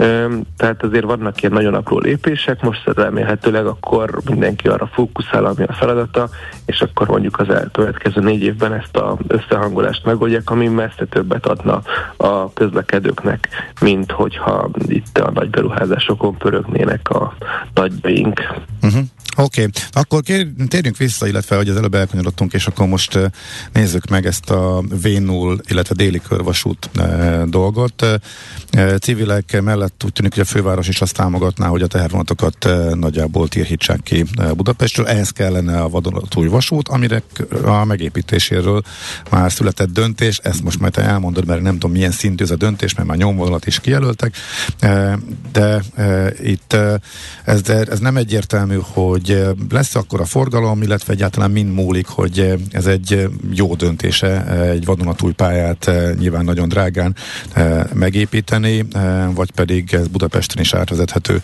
Tehát azért vannak ilyen nagyon apró lépések, most remélhetőleg akkor mindenki arra fókuszál, ami a feladata, és akkor mondjuk az elkövetkező négy évben ezt az összehangolást megoldják, ami messze többet adna a közlekedőknek, mint hogyha itt a nagy beruházásokon pörögnének a nagyjaink. Uh-huh. Oké, okay. Akkor kér, térjünk vissza, illetve hogy az előbb elkanyarodtunk, és akkor most uh, nézzük meg ezt a vé nulla, illetve déli körvasút uh, dolgot. Uh, civilek mellett úgy tűnik, hogy a főváros is azt támogatná, hogy a tehervonatokat uh, nagyjából térhítsák ki uh, Budapestről. Ehhez kellene a vadonatúj vasút, amire a megépítéséről már született döntés. Ezt most majd te elmondod, mert nem tudom milyen szintű ez a döntés, mert már nyomvonalat is kijelöltek. Uh, de uh, itt uh, ez, ez nem egyértelmű, hogy lesz akkor a forgalom, illetve egyáltalán mind múlik, hogy ez egy jó döntése egy vadonatúj pályát nyilván nagyon drágán megépíteni, vagy pedig ez Budapesten is átvezethető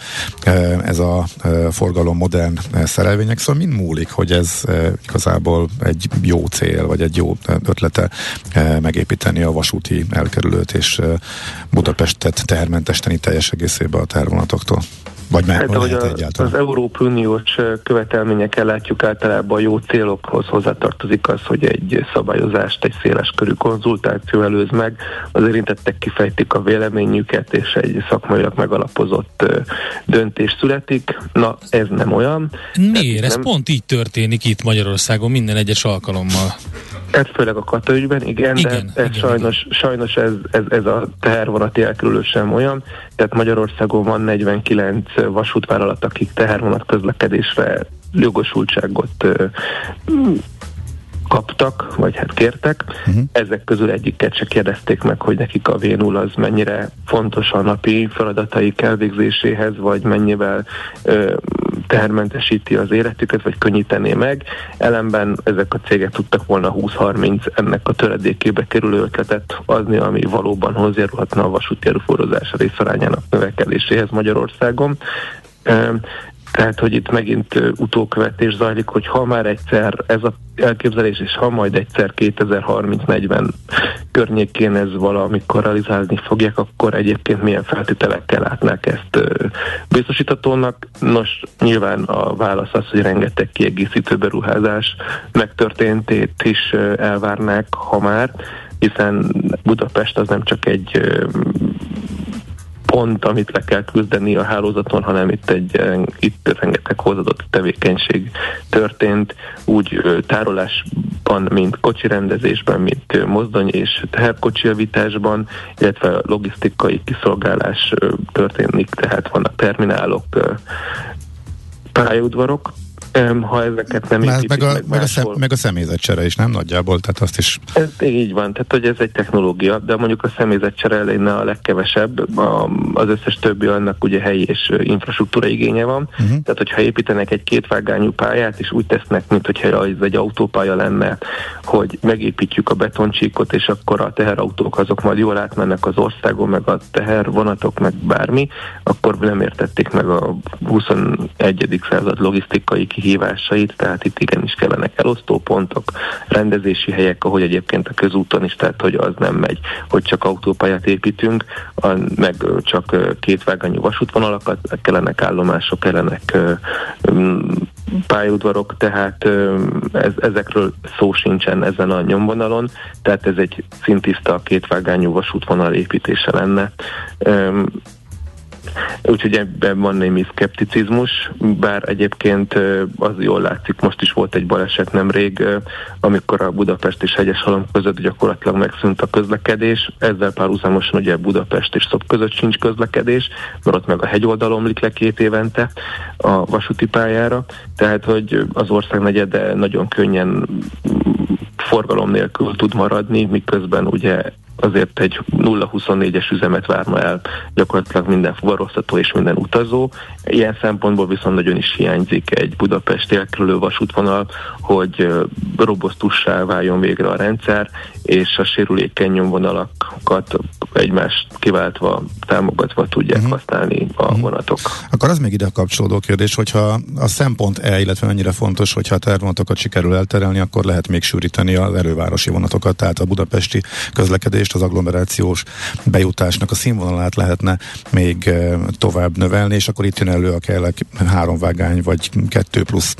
ez a forgalom modern szerelvények, szóval mind múlik, hogy ez igazából egy jó cél, vagy egy jó ötlete megépíteni a vasúti elkerülőt, és Budapestet tehermentesíteni teljes egészében a tehervonatoktól. Vagy már hát, ahogy a, az Európai Uniós követelményekkel látjuk, általában a jó célokhoz hozzátartozik az, hogy egy szabályozást, egy széles körű konzultáció előz meg, az érintettek kifejtik a véleményüket, és egy szakmailag megalapozott döntés születik. Na, ez nem olyan. Miért? Ez, ez nem... pont így történik itt Magyarországon minden egyes alkalommal. Ez főleg a Kata ügyben, igen, igen, de ez igen, sajnos, igen. sajnos ez, ez, ez a tehervonati elkerülő sem olyan. Tehát Magyarországon van negyvenkilenc vasútvállalat, akik tehervonat közlekedésre jogosultságot ö, kaptak, vagy hát kértek. Uh-huh. Ezek közül egyiket se kérdezték meg, hogy nekik a vé nulla az mennyire fontos a napi feladataik elvégzéséhez, vagy mennyivel ö, tehermentesíti az életüket, vagy könnyítené meg. Ellenben ezek a cégek tudtak volna húsz-harminc ennek a töredékébe kerülő ötletet adni, ami valóban hozzájárulhatna a vasúti erőforrás részarányának növekedéséhez Magyarországon. Ö, Tehát, hogy itt megint utókövetés zajlik, hogy ha már egyszer ez az elképzelés, és ha majd egyszer kétezer-harminc-negyven környékén ez valamikor realizálni fogják, akkor egyébként milyen feltételekkel látnák ezt biztosítatónak. Nos, nyilván a válasz az, hogy rengeteg kiegészítő beruházás megtörténtét is elvárnák, ha már, hiszen Budapest az nem csak egy pont, amit le kell küzdeni a hálózaton, hanem itt egy itt rengeteg hozzáadott tevékenység történt, úgy tárolásban, mint kocsirendezésben, mint mozdony és teherkocsijavításban, illetve logisztikai kiszolgálás történik, tehát vannak terminálok, pályaudvarok. Ha ezeket nem építik meg, a, meg, meg, a szem, meg a személyzetcsere is, nem nagyjából, tehát azt is... Ez így van, tehát hogy ez egy technológia, de mondjuk a személyzetcsere lenne a legkevesebb, a, az összes többi annak ugye helyi és infrastruktúra igénye van, uh-huh. Tehát hogyha építenek egy kétvágányú pályát, és úgy tesznek, mint hogyha ez egy autópálya lenne, hogy megépítjük a betoncsíkot, és akkor a teherautók azok majd jól átmennek az országon, meg a tehervonatok, meg bármi, akkor nem értették meg a huszonegyedik század logisztikai hívásait, tehát itt igenis kellenek elosztópontok, rendezési helyek, ahogy egyébként a közúton is, tehát hogy az nem megy, hogy csak autópályát építünk, a, meg csak kétvágányú vasútvonalakat, kellenek állomások, kellenek pályaudvarok, tehát ez, ezekről szó sincsen ezen a nyomvonalon, tehát ez egy szintiszta kétvágányú vasútvonal építése lenne. Úgyhogy ebben van némi szkepticizmus, bár egyébként az jól látszik, most is volt egy baleset nemrég, amikor a Budapest és Hegyeshalom között gyakorlatilag megszűnt a közlekedés, ezzel párhuzamosan ugye Budapest és Szop között sincs közlekedés, mert ott meg a hegyoldal omlik le két évente a vasúti pályára, tehát hogy az ország negyede nagyon könnyen forgalom nélkül tud maradni, miközben ugye azért egy nulla huszonnégyes üzemet várna el gyakorlatilag minden fuvaroztató és minden utazó. Ilyen szempontból viszont nagyon is hiányzik egy Budapest elkerülő vasútvonal, hogy robosztussá váljon végre a rendszer, és a sérülékeny nyomvonalakat egymást kiváltva, támogatva tudják uh-huh. használni a uh-huh. vonatok. Akkor az még ide kapcsolódó kérdés, hogyha a szempont E, illetve mennyire fontos, hogyha a tervonatokat sikerül elterelni, akkor lehet még sűríteni az elővárosi vonatokat, tehát a budapesti közlekedést, az agglomerációs bejutásnak a színvonalát lehetne még tovább növelni, és akkor itt jön elő a kell három vágány, vagy kettő plusz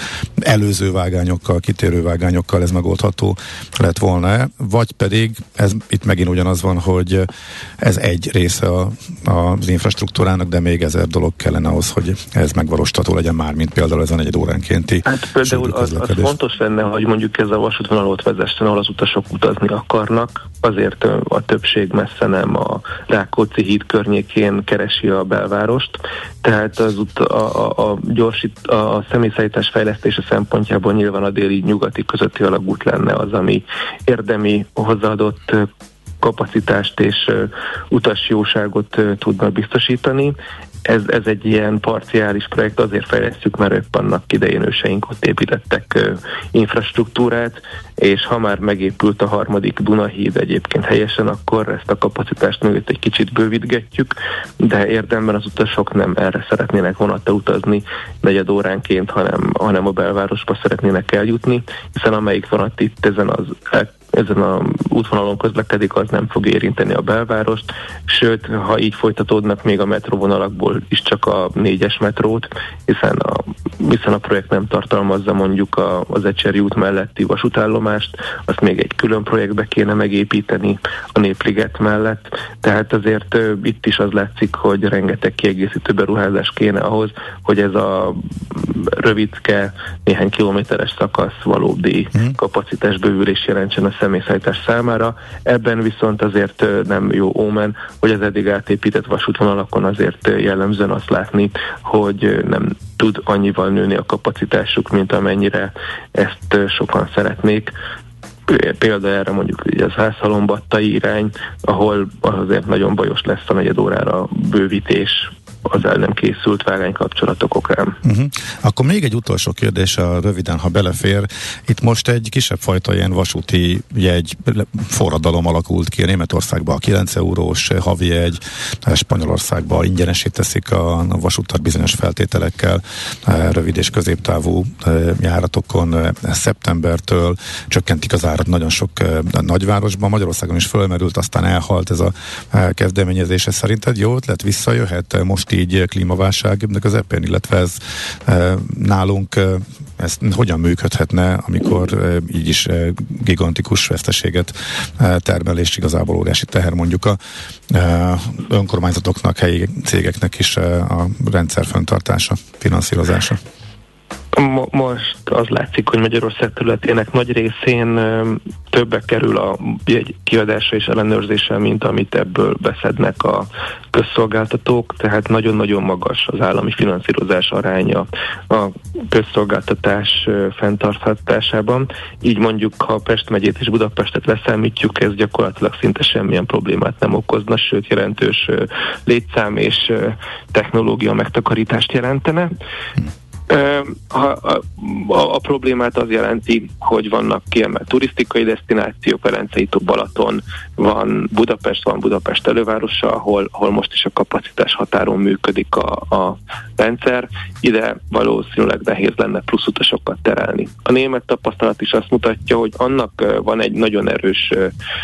előző vágányokkal, kitérő vágányokkal ez megoldható lett volna, vagy pedig ez itt megint ugyanaz van, hogy ez egy része a, a, az infrastruktúrának, de még ezer dolog kellene ahhoz, hogy ez megvalósítható legyen már, mint például ez a negyed óránkénti. Hát például az, az fontos lenne, hogy mondjuk ez a vasútvonalot vezessen, ahol az utasok utazni akarnak, azért a többség messze nem a Rákóczi híd környékén keresi a belvárost, tehát az ut- a, a, a, gyorsít, a személyszállítás fejlesztése szempontjából nyilván a déli-nyugati közötti alagút lenne az, ami érdemi hozzáadott kapacitást és uh, utasjóságot uh, tudna biztosítani. Ez, ez egy ilyen parciális projekt, azért fejlesztjük, mert épp annak idején őseink ott építettek uh, infrastruktúrát, és ha már megépült a harmadik Dunahíd egyébként helyesen, akkor ezt a kapacitást mögött egy kicsit bővítgetjük, de érdemben az utasok nem erre szeretnének vonattal utazni negyed óránként, hanem, hanem a belvárosba szeretnének eljutni, hiszen amelyik vonat itt ezen az ezen az útvonalon közlekedik, az nem fog érinteni a belvárost, sőt, ha így folytatódnak még a metróvonalakból is csak a négyes metrót, hiszen a, hiszen a projekt nem tartalmazza mondjuk a, az Ecseri út melletti vasútállomást, azt még egy külön projektbe kéne megépíteni a Népliget mellett, tehát azért ö, itt is az látszik, hogy rengeteg kiegészítő beruházás kéne ahhoz, hogy ez a rövidke, néhány kilométeres szakasz valódi hmm. kapacitás bővülés jelentsen a személyszállítás számára. Ebben viszont azért nem jó ómen, hogy az eddig átépített vasútvonalakon azért jellemzően azt látni, hogy nem tud annyival nőni a kapacitásuk, mint amennyire ezt sokan szeretnék. Példa erre mondjuk az Zászalombattai irány, ahol azért nagyon bajos lesz a negyed órára bővítés az el nem készült vágánykapcsolatok okán. Uh-huh. Akkor még egy utolsó kérdés, a röviden, ha belefér. Itt most egy kisebb fajta ilyen vasúti jegy forradalom alakult ki. Németországban a kilenc eurós havi jegy, Spanyolországban ingyenesé teszik a vasúttal bizonyos feltételekkel, rövid és középtávú járatokon szeptembertől csökkentik az árat nagyon sok nagyvárosban. Magyarországon is fölmerült, aztán elhalt ez a kezdeményezése. Szerinted jó ötlet, visszajöhet most így klímaválság közepén, illetve ez nálunk ez hogyan működhetne, amikor így is gigantikus veszteséget termel, és igazából óriási teher mondjuk a önkormányzatoknak, helyi cégeknek is a rendszer fenntartása, finanszírozása? Most az látszik, hogy Magyarország területének nagy részén többe kerül a jegy kiadása és ellenőrzése, mint amit ebből beszednek a közszolgáltatók, tehát nagyon-nagyon magas az állami finanszírozás aránya a közszolgáltatás fenntarthatásában. Így mondjuk, ha Pest megyét és Budapestet leszámítjuk, ez gyakorlatilag szinte semmilyen problémát nem okozna, sőt jelentős létszám és technológia megtakarítást jelentene. A, a, a, a problémát az jelenti, hogy vannak kiemelt turisztikai desztinációk, Velencei tó, Balaton, van Budapest, van Budapest elővárosa, ahol, ahol most is a kapacitás határon működik a, a rendszer. Ide valószínűleg nehéz lenne plusz utasokat terelni. A német tapasztalat is azt mutatja, hogy annak van egy nagyon erős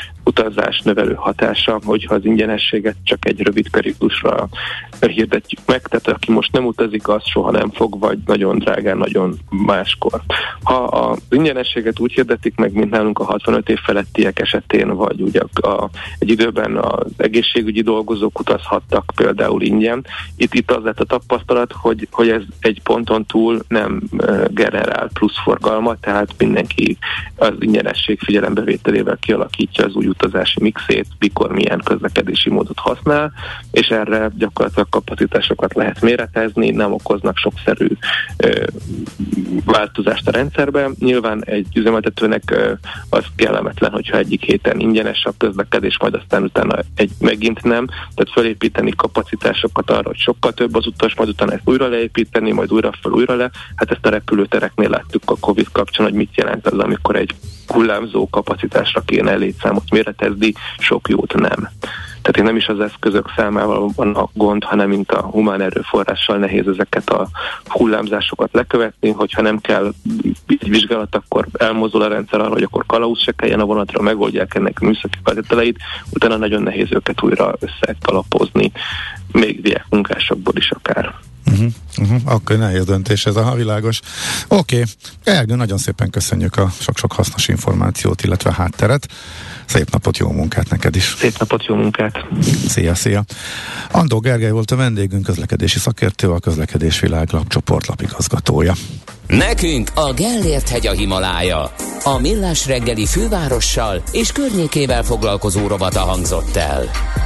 utazás növelő hatása, hogyha az ingyenességet csak egy rövid periódusra hirdetjük meg, tehát aki most nem utazik, az soha nem fog, vagy nagyon drágán, nagyon máskor. Ha az ingyenességet úgy hirdetik meg, mint nálunk a hatvanöt év felettiek esetén, vagy ugye a, a, egy időben az egészségügyi dolgozók utazhattak például ingyen, itt, itt az lett a tapasztalat, hogy, hogy ez egy ponton túl nem uh, generál plusz forgalmat, tehát mindenki az ingyenesség figyelembevételével kialakítja az új utazási mixét, mikor milyen közlekedési módot használ, és erre gyakorlatilag kapacitásokat lehet méretezni, nem okoznak sokszerű ö, változást a rendszerben. Nyilván egy üzemeltetőnek ö, az kellemetlen, hogyha egyik héten ingyenes a közlekedés, majd aztán utána egy megint nem, tehát felépíteni kapacitásokat arra, hogy sokkal több az utas, majd utána ezt újra leépíteni, majd újra fel, újra le. Hát ezt a repülőtereknél láttuk a Covid kapcsán, hogy mit jelent az, amikor egy hullámzó kapacitásra kéne létszámot méretezni, sok jót nem. Tehát én nem is az eszközök számával van a gond, hanem mint a humán erőforrással nehéz ezeket a hullámzásokat lekövetni, hogyha nem kell egy vizsgálat, akkor elmozdul a rendszer arra, hogy akkor kalauz se kelljen a vonatra, megoldják ennek műszaki feltételeit, utána nagyon nehéz őket újra összekalapozni, még diákmunkásokból is akár. Uh-huh, uh-huh. Akkor nehéz döntés ez, a világos. Oké, okay. Ernő, nagyon szépen köszönjük a sok-sok hasznos információt, illetve hátteret. Szép napot, jó munkát neked is. Szép napot, jó munkát. Szia, szia. Andó Gergely volt a vendégünk, közlekedési szakértő, a Közlekedésvilág lapcsoport lapigazgatója. Nekünk a Gellért hegy a Himalája. A Millás reggeli fővárossal és környékével foglalkozó rovata hangzott el.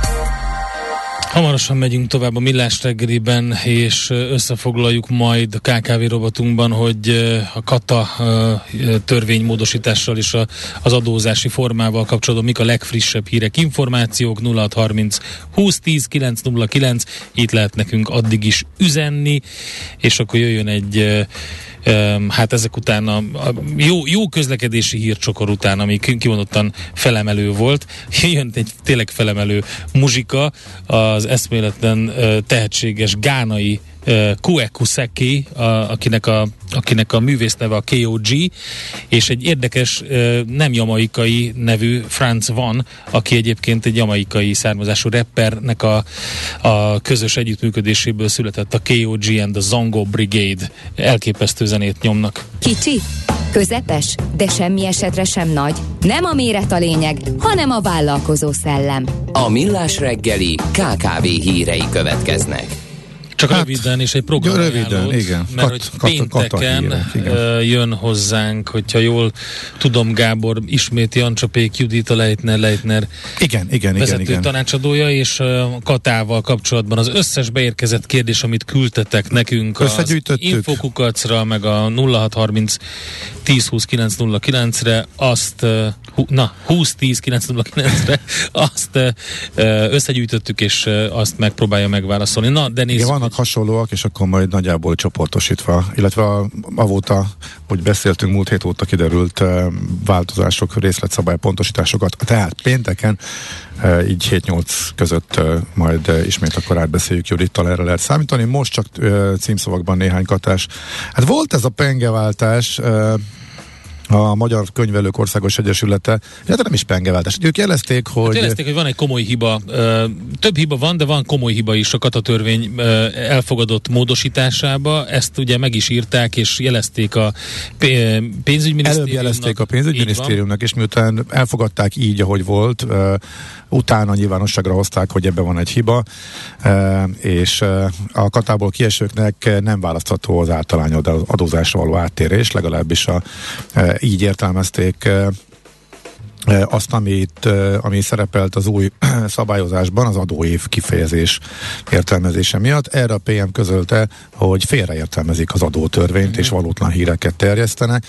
Hamarosan megyünk tovább a Millás reggeliben, és összefoglaljuk majd a ká ká vé rovatunkban, hogy a Kata törvénymódosítással és az adózási formával kapcsolatban mik a legfrissebb hírek, információk. Nulla hat harminc húsz tíz kilenc nulla kilenc, itt lehet nekünk addig is üzenni, és akkor jöjjön egy Um, hát ezek után a, a jó, jó közlekedési hírcsokor után, ami kimondottan felemelő volt, jön egy tényleg felemelő muzsika, az eszméletlen uh, tehetséges gánai uh, Kweku Seki, a, akinek, a, akinek a művész neve a ká o gé, és egy érdekes, uh, nem jamaikai nevű Franz Van, aki egyébként egy jamaikai származású rappernek a, a közös együttműködéséből született a ká o gé and the Zongo Brigade. Elképesztő zenét nyomnak. Kicsi, közepes, de semmi esetre sem nagy. Nem a méret a lényeg, hanem a vállalkozó szellem. A Millás reggeli ká ká vé hírei következnek. Csak hát, röviden, és egy program röviden, igen. Mert hogy kat, pénteken kat, hírek, jön hozzánk, hogyha jól tudom, Gábor, ismét Jancsapék Judit, a Leitner Leitner igen, igen, vezető igen, tanácsadója, és a Katával kapcsolatban az összes beérkezett kérdés, amit küldtetek nekünk az infokukacra, meg a nulla hat harminc tíz húsz kilenc nulla kilencre, azt na, húsz tíz kilenc nulla kilencre azt összegyűjtöttük, és azt megpróbálja megválaszolni. Na, de nézzük. Igen, vannak hasonlóak, és akkor majd nagyjából csoportosítva, illetve a, avóta, hogy beszéltünk, múlt hét óta kiderült változások, részletszabály pontosításokat. Tehát pénteken így hét-nyolc között majd ismét akkor átbeszéljük Judittal, erre lehet számítani. Most csak címszavakban néhány katás. Hát volt ez a pengeváltás, a Magyar Könyvelők Országos Egyesülete, illetve nem is pengeváltás. Ők jelezték, hogy... Hát jelezték, hogy van egy komoly hiba. Több hiba van, de van komoly hiba is a katatörvény elfogadott módosításába. Ezt ugye meg is írták, és jelezték a pénzügyminisztériumnak. Előbb jelezték a pénzügyminisztériumnak, és miután elfogadták így, ahogy volt, utána nyilvánosságra hozták, hogy ebben van egy hiba, és a katából kiesőknek nem választható az általány adózásra való áttérés, legalábbis a így értelmezték azt, amit, ami szerepelt az új szabályozásban, az adóév kifejezés értelmezése miatt. Erre a pé em közölte, hogy félreértelmezik az adótörvényt, mm-hmm. és valótlan híreket terjesztenek.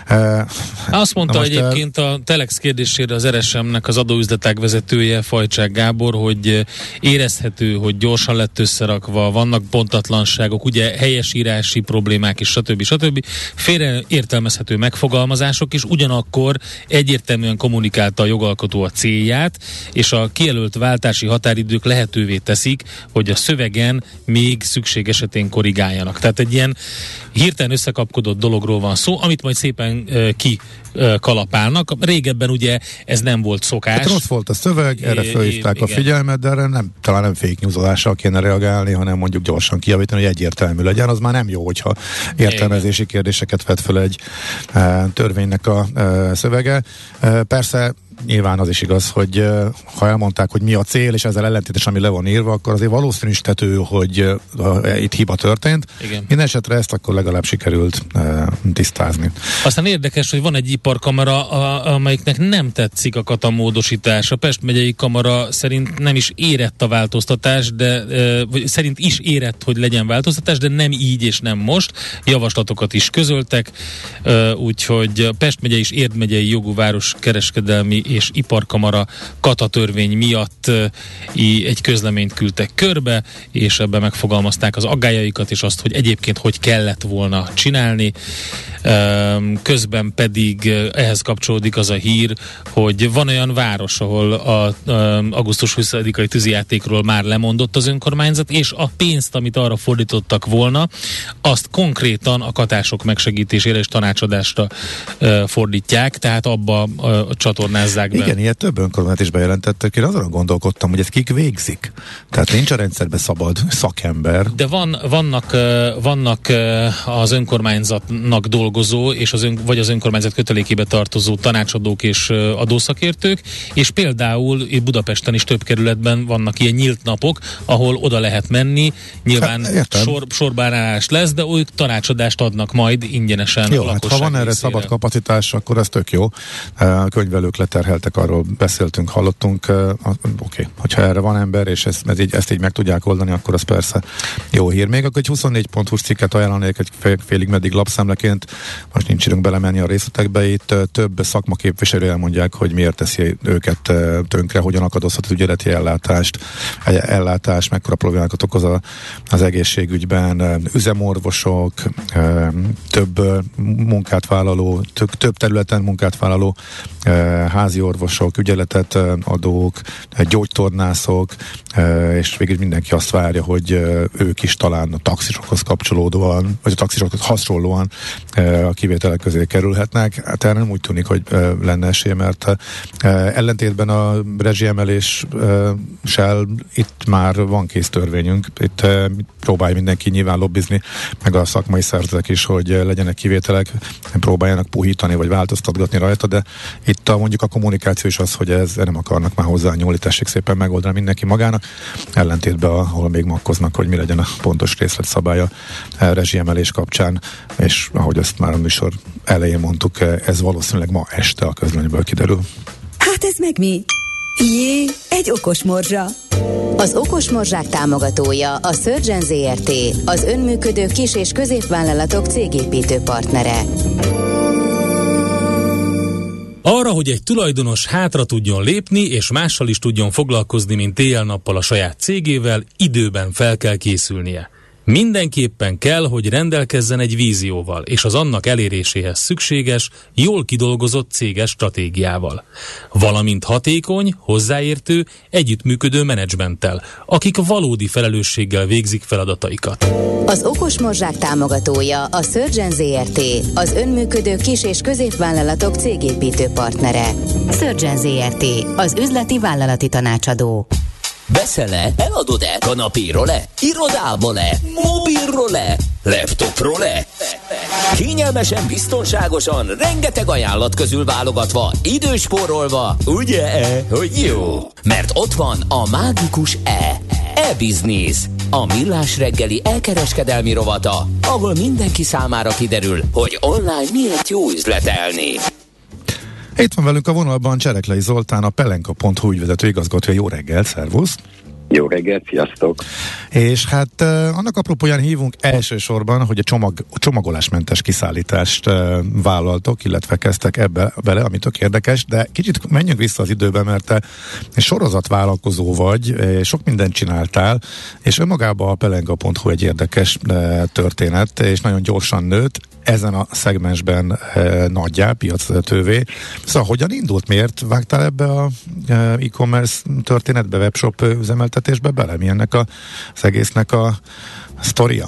Azt mondta egyébként a Telex kérdésére az er es em-nek az adóüzletág vezetője, Fajcsák Gábor, hogy érezhető, hogy gyorsan lett összerakva, vannak pontatlanságok, ugye helyesírási problémák is, stb. stb. Félreértelmezhető megfogalmazások is, ugyanakkor egyértelműen kommunikálnak kommunikálta a jogalkotó a célját, és a kijelölt váltási határidők lehetővé teszik, hogy a szövegen még szükség esetén korrigáljanak. Tehát egy ilyen hirtelen összekapkodott dologról van szó, amit majd szépen uh, ki uh, kalapálnak. Régebben ugye ez nem volt szokás. Hát rossz volt a szöveg, erre felhívták a figyelmet, de erre nem, talán nem fake newsolással kéne reagálni, hanem mondjuk gyorsan kijavítani, hogy egyértelmű legyen. Az már nem jó, hogyha értelmezési kérdéseket vet fel egy uh, törvénynek a uh, szövege. Uh, persze nyilván az is igaz, hogy ha elmondták, hogy mi a cél, és ezzel ellentétes, ami le van írva, akkor azért valószínűsítető, hogy uh, itt hiba történt. Igen. Minden esetre ezt akkor legalább sikerült uh, tisztázni. Aztán érdekes, hogy van egy iparkamara, a, amelyiknek nem tetszik a katamódosítás. A Pest megyei kamara szerint nem is érett a változtatás, de uh, szerint is érett, hogy legyen változtatás, de nem így és nem most. Javaslatokat is közöltek, uh, úgyhogy a Pest megyei és Érd megyei jogú város kereskedelmi és iparkamara katatörvény miatt uh, egy közleményt küldtek körbe, és ebben megfogalmazták az aggályaikat, és azt, hogy egyébként hogy kellett volna csinálni. Uh, közben pedig uh, ehhez kapcsolódik az a hír, hogy van olyan város, ahol a uh, augusztus huszadikai tűzijátékról már lemondott az önkormányzat, és a pénzt, amit arra fordítottak volna, azt konkrétan a katások megsegítésére és tanácsadásra uh, fordítják, tehát abba uh, csatornázzák be. Igen, ilyet több önkormányzat is bejelentettek. Én azon gondolkodtam, hogy ezt kik végzik. Tehát nincs a rendszerben szabad szakember. De van, vannak, vannak az önkormányzatnak dolgozó, és az ön, vagy az önkormányzat kötelékébe tartozó tanácsadók és adószakértők, és például Budapesten is több kerületben vannak ilyen nyílt napok, ahol oda lehet menni, nyilván hát, sor, sorbánálás lesz, de ők tanácsadást adnak majd ingyenesen. Jó, hát ha van erre szabad kapacitás, akkor ez tök jó. A könyvelők leterheltek, arról beszéltünk, hallottunk. Uh, Oké, okay. Hogyha erre van ember, és ezt, ezt, így, ezt így meg tudják oldani, akkor az persze jó hír. Még akkor egy huszonnégy pont hu-s cikket ajánlanék egy fél, félig meddig lapszemleként. Most nincs időnk belemenni a részletekbe. Itt uh, több szakmaképviselő elmondják, hogy miért teszi őket uh, tönkre, hogyan akadozhat az ügyeleti ellátást, ellátás, mekkora problémákat okoz a, az egészségügyben, uh, üzemorvosok, uh, több uh, munkát vállaló, több, több területen munkát vállaló uh, házi orvosok, ügyeletet uh, adók, uh, gyógytornászok, uh, és végül mindenki azt várja, hogy uh, ők is talán a taxisokhoz kapcsolódóan, vagy a taxisokhoz hasonlóan uh, a kivételek közé kerülhetnek. Hát erre nem úgy tűnik, hogy uh, lenne esély, mert uh, ellentétben a rezsiemeléssel itt már van kész törvényünk. Itt uh, próbálja mindenki nyilván lobbizni, meg a szakmai szervezetek is, hogy uh, legyenek kivételek, próbáljanak puhítani, vagy változtatgatni rajta, de itt a, mondjuk a kommunikáció is az, hogy ez nem akarnak már hozzá nyúlni, tessék szépen megoldani mindenki magának, ellentétben, ahol még makkoznak, hogy mi legyen a pontos részletszabálya a rezsiemelés kapcsán, és ahogy ezt már a műsor elején mondtuk, ez valószínűleg ma este a közlönyből kiderül. Hát ez meg mi? Jé, egy okos morzsa. Az Okos Morzsák támogatója a Surgeon zé er té, az önműködő kis- és középvállalatok cégépítő partnere. Arra, hogy egy tulajdonos hátra tudjon lépni, és mással is tudjon foglalkozni, mint éjjel-nappal a saját cégével, időben fel kell készülnie. Mindenképpen kell, hogy rendelkezzen egy vízióval, és az annak eléréséhez szükséges, jól kidolgozott céges stratégiával. Valamint hatékony, hozzáértő, együttműködő menedzsmenttel, akik valódi felelősséggel végzik feladataikat. Az Okos Morzsák támogatója a Surgeon zé er té, az önműködő kis- és középvállalatok cégépítő partnere. Surgeon zé er té, az üzleti vállalati tanácsadó. Veszel-e? Eladod-e? Kanapéról-e? Irodából-e? Mobilról-e? Laptopról-e? Kényelmesen, biztonságosan, rengeteg ajánlat közül válogatva, időspórolva, ugye-e, hogy jó? Mert ott van a mágikus E. E-Business, a millás reggeli elkereskedelmi rovata, ahol mindenki számára kiderül, hogy online miért jó üzletelni. Itt van velünk a vonalban Csereklei Zoltán, a pelenka pont hu ügyvezető igazgatója. Jó reggelt, szervusz! Jó reggelt, sziasztok! És hát uh, annak apropóján hívunk elsősorban, hogy a csomag, csomagolásmentes kiszállítást uh, vállaltok, illetve kezdtek ebbe bele, ami tök érdekes, de kicsit menjünk vissza az időbe, mert te sorozatvállalkozó vagy, sok mindent csináltál, és önmagában a pelenka pont hu egy érdekes uh, történet, és nagyon gyorsan nőtt, ezen a szegmensben e, nagyjá, piacvezetővé. Szóval hogyan indult? Miért vágtál ebbe a e, e-commerce történetbe, webshop üzemeltetésbe bele? Mi ennek a, az egésznek a sztoria?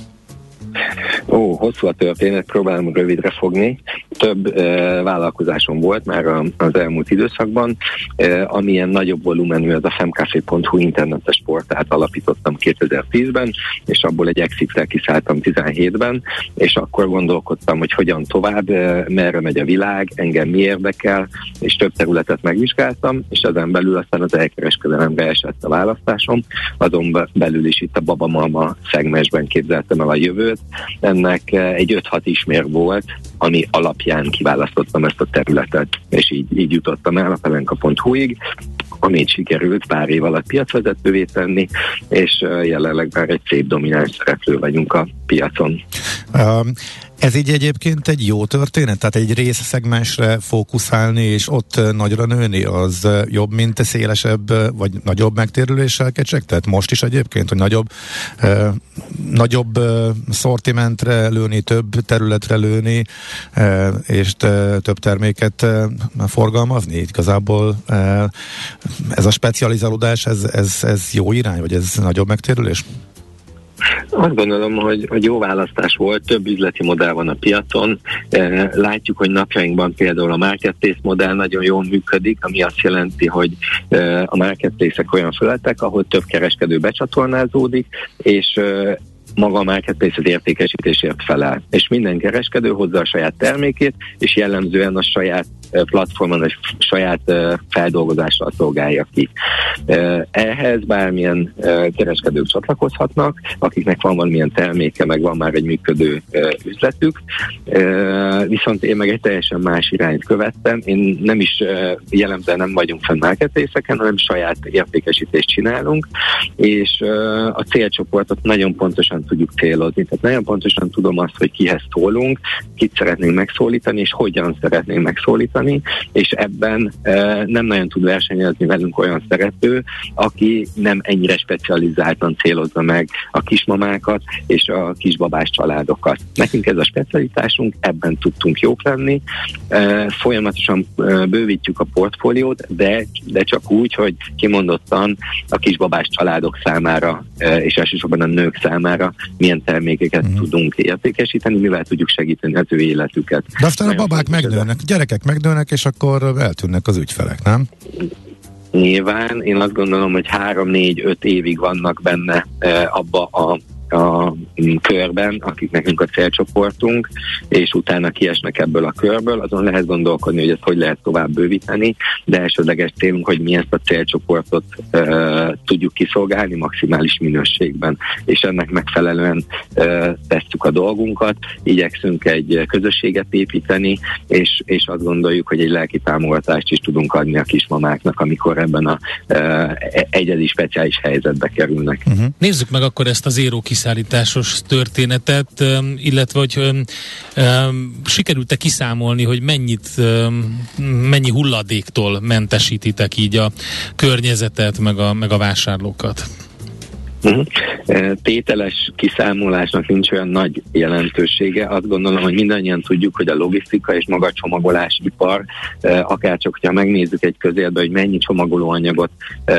Ó, hosszú a történet, próbálom rövidre fogni. Több e, vállalkozásom volt már a, az elmúlt időszakban. E, amilyen nagyobb volumenű, az a femcafé pont hu internetes portált alapítottam kétezer-tízben, és abból egy exit-tel kiszálltam tizenhétben, és akkor gondolkodtam, hogy hogyan tovább, e, merre megy a világ, engem mi érdekel, és több területet megvizsgáltam, és ezen belül aztán az elkereskedelemre esett a választásom, azon belül is itt a babamalma szegmensben képzeltem el a jövőt. Ennek egy öt-hat ismér volt, ami alapján kiválasztottam ezt a területet, és így, így jutottam el a pelenka pont hu-ig, amit sikerült pár év alatt piacvezetővé tenni, és jelenleg már egy szép domináns szereplő vagyunk a piacon. Um, ez így egyébként egy jó történet? Tehát egy részszegmensre fókuszálni, és ott nagyra nőni, az jobb, mint szélesebb, vagy nagyobb megtérüléssel kecsek? Tehát most is egyébként, hogy nagyobb, eh, nagyobb eh, szortimentre lőni, több területre lőni, eh, és te, több terméket eh, forgalmazni? Igazából eh, ez a specializálódás, ez, ez, ez jó irány, vagy ez nagyobb megtérülés? Azt gondolom, hogy, hogy jó választás volt, több üzleti modell van a piacon. Látjuk, hogy napjainkban például a marketplace modell nagyon jól működik, ami azt jelenti, hogy a marketplace-ek olyan felületek, ahol több kereskedő becsatornázódik, és maga a marketplace az értékesítésért felel. És minden kereskedő hozza a saját termékét, és jellemzően a saját platformon, a saját feldolgozással szolgálja ki. Ehhez bármilyen kereskedők csatlakozhatnak, akiknek van valamilyen terméke, meg van már egy működő üzletük, viszont én meg egy teljesen más irányt követtem. Én nem is jellemzően nem vagyunk fenn marketplace-eken, hanem saját értékesítést csinálunk, és a célcsoportot nagyon pontosan tudjuk célozni. Tehát nagyon pontosan tudom azt, hogy kihez szólunk, kit szeretnénk megszólítani, és hogyan szeretnénk megszólítani, és ebben e, nem nagyon tud versenyezni velünk olyan szereplő, aki nem ennyire specializáltan célozza meg a kismamákat és a kisbabás családokat. Nekünk ez a specialitásunk, ebben tudtunk jók lenni, e, folyamatosan e, bővítjük a portfóliót, de, de csak úgy, hogy kimondottan a kisbabás családok számára, e, és elsősorban a nők számára milyen termékeket mm. tudunk értékesíteni, mivel tudjuk segíteni az ő életüket. De aztán nagyon a babák megnőnek, gyerekek megnőnek, és akkor eltűnnek az ügyfelek, nem? Nyilván, én azt gondolom, hogy három, négy, öt évig vannak benne e, abba a a körben, akik nekünk a célcsoportunk, és utána kiesnek ebből a körből, azon lehet gondolkodni, hogy ezt hogy lehet tovább bővíteni, de elsődleges célunk, hogy mi ezt a célcsoportot uh, tudjuk kiszolgálni maximális minőségben, és ennek megfelelően uh, tesszük a dolgunkat, igyekszünk egy közösséget építeni, és, és azt gondoljuk, hogy egy lelki támogatást is tudunk adni a kismamáknak, amikor ebben a uh, egyedi speciális helyzetbe kerülnek. Uh-huh. Nézzük meg akkor ezt az éró kiszállításos történetet, illetve hogy um, um, sikerült-e kiszámolni, hogy mennyit, um, mennyi hulladéktól mentesítitek így a környezetet, meg a, meg a vásárlókat? Uh-huh. Tételes kiszámolásnak nincs olyan nagy jelentősége. Azt gondolom, hogy mindannyian tudjuk, hogy a logisztika és maga a csomagolásipar, akárcsak, hogyha megnézzük egy közérbe, hogy mennyi csomagolóanyagot,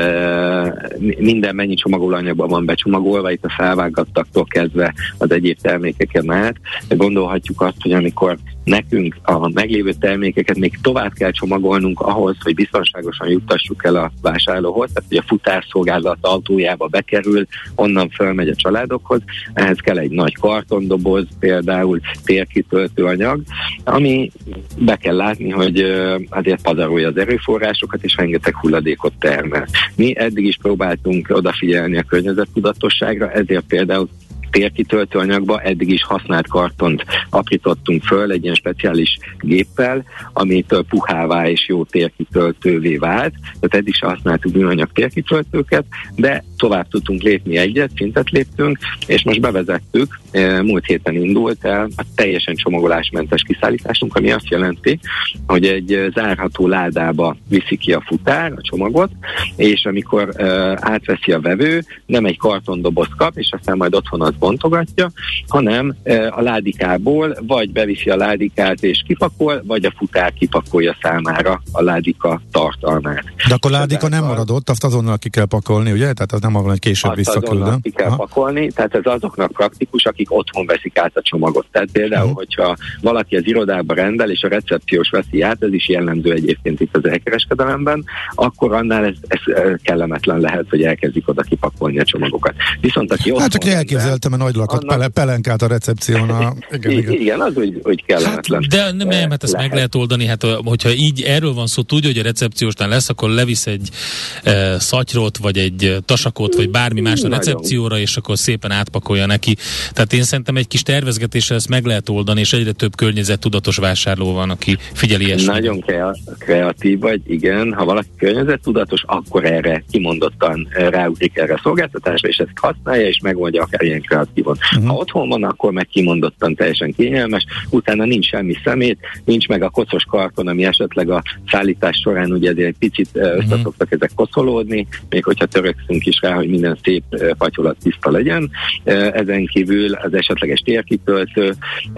minden mennyi csomagolóanyagban van becsomagolva, itt a felvágattaktól kezdve az egyéb termékeken át, gondolhatjuk azt, hogy amikor nekünk a meglévő termékeket még tovább kell csomagolnunk ahhoz, hogy biztonságosan juttassuk el a vásárlóhoz, tehát hogy a futárszolgálat autójába bekerül, onnan fölmegy a családokhoz, ehhez kell egy nagy kartondoboz, például térkitöltő anyag, ami be kell látni, hogy azért pazarolja az erőforrásokat, és rengeteg hulladékot termel. Mi eddig is próbáltunk odafigyelni a környezettudatosságra, ezért például térkitöltő anyagba eddig is használt kartont aprítottunk föl egy ilyen speciális géppel, amitől puhává és jó térkitöltővé vált. Tehát eddig is használtuk műanyag térkitöltőket, de tovább tudtunk lépni egyet, szintet léptünk, és most bevezettük, múlt héten indult el a teljesen csomagolásmentes kiszállításunk, ami azt jelenti, hogy egy zárható ládába viszi ki a futár a csomagot, és amikor uh, átveszi a vevő, nem egy kartondoboz kap, és aztán majd otthon az bontogatja, hanem uh, a ládikából vagy beviszi a ládikát és kipakol, vagy a futár kipakolja számára a ládika tartalmát. De akkor ládika nem maradott, azt azonnal ki kell pakolni, ugye? Tehát az nem van, hogy később visszaküldöm. Ki kell Aha. pakolni, tehát ez azoknak praktikus, akik otthon veszik át a csomagot. Tehát például, uh-huh. hogyha valaki az irodába rendel, és a recepciós veszi át, ez is jellemző egyébként itt az elkereskedelemben, akkor annál ez, ez kellemetlen lehet, hogy elkezdik oda kipakolni a csomagokat. Viszont aki hát csak elképzeltem, hogy nagy lakat annak... pele, pelenkát a recepción. A... Igen, igen. igen, az úgy, úgy kellemetlen. Hát, de nem, nem, hát ezt lehet. meg lehet oldani, hát hogyha így erről van szó, tudja, hogy a recepciósnál lesz, akkor levisz egy e, szatyrot, vagy egy tasakot, vagy bármi más a recepcióra, és akkor szépen átpakolja neki. Tehát én szerintem egy kis tervezgetéssel ezt meg lehet oldani, és egyre több környezettudatos vásárló van, aki figyeli ilyesmit. Nagyon kreatív vagy, igen. Ha valaki környezettudatos, akkor erre kimondottan ráugrik erre a szolgáltatásra, és ezt használja, és megoldja akár ilyen kreatívon. Uh-huh. Ha otthon van, akkor meg kimondottan teljesen kényelmes, utána nincs semmi szemét, nincs meg a kocos karton, ami esetleg a szállítás során ugye egy picit összeszoktak ezek koszolódni, még hogyha törökszünk is rá, hogy minden szép patyolat tiszta legyen. Ezen kívül az esetleges térkitöltő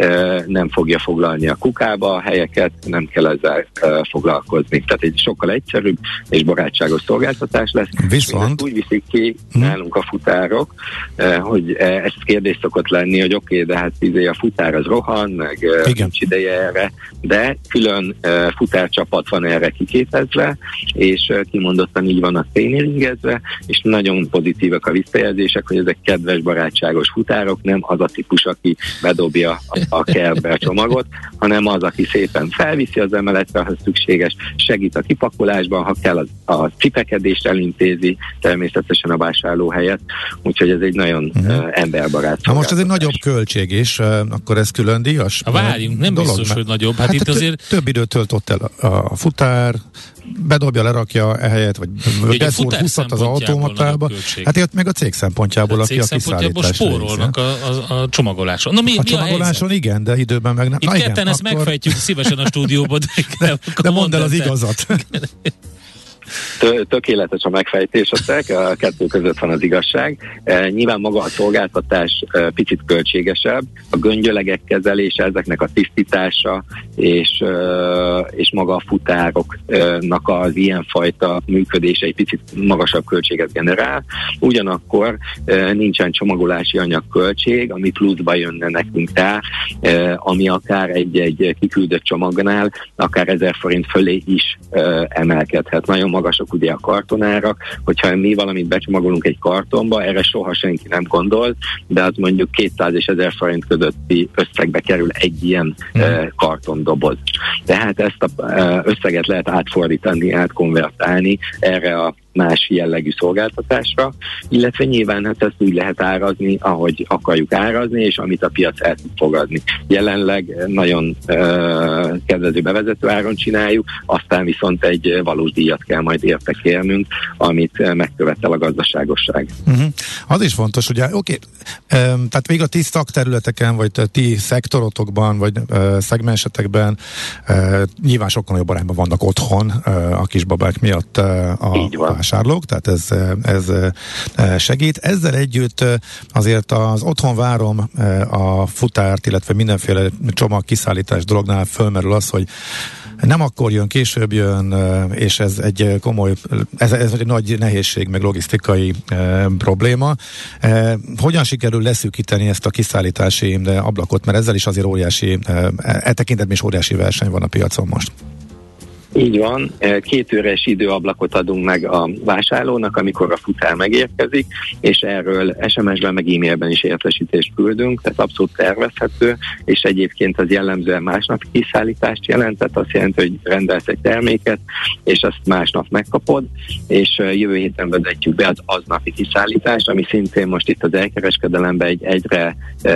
nem fogja foglalni a kukába a helyeket, nem kell ezzel foglalkozni. Tehát egy sokkal egyszerűbb és barátságos szolgáltatás lesz. Viszont úgy viszik ki nálunk a futárok, hogy ez kérdés szokott lenni, hogy oké, okay, de hát izé a futár az rohan, meg igen. nincs ideje erre, de külön futárcsapat van erre kiképezve, és kimondottan így vannak tréningezve, és nagyon pozitívak a visszajelzések, hogy ezek kedves, barátságos futárok, nem az a típus, aki bedobja a, a kertbe a csomagot, hanem az, aki szépen felviszi az emeletre, ha szükséges, segít a kipakolásban, ha kell a, a cipekedést elintézi, természetesen a vásárló helyett, úgyhogy ez egy nagyon uh-huh. uh, emberbarát. Na most ez egy nagyobb költség is, uh, akkor ez külön díjas? Ha várjunk, nem dolog, biztos, hogy nagyobb. Hát, hát itt azért... Több időt tölt ott el a, a futár, bedobja, lerakja ehelyet, vagy beszúr húszat az automatába. Hát itt meg a cég szempontjából, a aki a kiszállítás spórolnak a, a, a csomagoláson. Na, mi, a mi csomagoláson a igen, de időben meg nem. Itt ketten igen, ezt akkor... megfejtjük szívesen a stúdióban. De, de, de mondd el az igazat. Tökéletes a megfejtésetek, a kettő között van az igazság. E, nyilván maga a szolgáltatás e, picit költségesebb, a göngyölegek kezelése, ezeknek a tisztítása, és, e, és maga a futároknak az ilyenfajta működése egy picit magasabb költséget generál. Ugyanakkor e, nincsen csomagolási anyagköltség, ami pluszba jönne nekünk rá, e, ami akár egy-egy kiküldött csomagnál, akár ezer forint fölé is e, emelkedhet. Nagyon magasak ugye a kartonárak, hogyha mi valamit becsomagolunk egy kartonba, erre soha senki nem gondolt, de az mondjuk kétszáz és ezer forint közötti összegbe kerül egy ilyen mm. uh, kartondoboz. Tehát ezt az uh, összeget lehet átfordítani, átkonvertálni erre a más jellegű szolgáltatásra, illetve nyilván hát ezt úgy lehet árazni, ahogy akarjuk árazni, és amit a piac el tud fogadni. Jelenleg nagyon uh, kedvező bevezető áron csináljuk, aztán viszont egy valós díjat kell majd érte kérnünk, amit uh, megkövetel a gazdaságosság. Uh-huh. Az is fontos, ugye, oké, okay. um, tehát még a ti szakterületeken, vagy a ti szektorotokban, vagy uh, szegmensetekben uh, nyilván sokkal nagyobb arányban vannak otthon uh, a kisbabák miatt uh, a vásárlók, tehát ez, ez segít. Ezzel együtt azért az otthon várom a futárt, illetve mindenféle csomag kiszállítás dolognál fölmerül az, hogy nem akkor jön, később jön, és ez egy komoly, ez, ez egy nagy nehézség, meg logisztikai e, probléma. E, hogyan sikerül leszűkíteni ezt a kiszállítási ablakot, mert ezzel is azért óriási, e, e tekintetben is óriási verseny van a piacon most. Így van, két óriás időablakot adunk meg a vásárlónak, amikor a futár megérkezik, és erről es em es-ben meg e-mailben is értesítést küldünk, tehát abszolút tervezhető, és egyébként az jellemzően másnapi kiszállítást jelent, tehát azt jelenti, hogy rendelsz egy terméket, és azt másnap megkapod, és jövő héten vezetjük be az aznapi kiszállítást, ami szintén most itt az elkereskedelemben egy egyre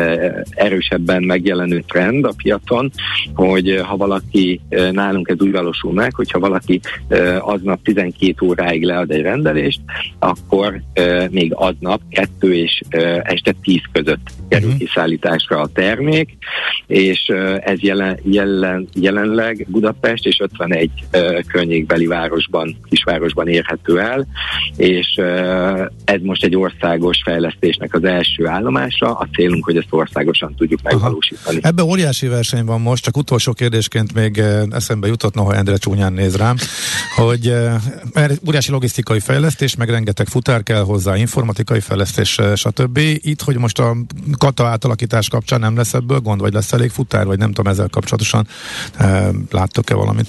erősebben megjelenő trend a piacon, hogy ha valaki nálunk ez úgy valósul meg, hogyha valaki uh, aznap tizenkét óráig lead egy rendelést, akkor uh, még aznap kettő és uh, este tíz között kerül uh-huh. kiszállításra a termék, és uh, ez jelen, jelen, jelenleg Budapest és ötvenegy uh, környékbeli városban, kisvárosban érhető el, és uh, ez most egy országos fejlesztésnek az első állomása, a célunk, hogy ezt országosan tudjuk megvalósítani. Aha. Ebben óriási verseny van most, csak utolsó kérdésként még eszembe jutott, noha Endre csúnyán néz rám, hogy uh, óriási logisztikai fejlesztés, meg rengeteg futár kell hozzá, informatikai fejlesztés, stb. Itt, hogy most a kata átalakítás kapcsán nem lesz ebből gond, vagy lesz elég futár, vagy nem tudom, ezzel kapcsolatosan uh, láttok-e valamit?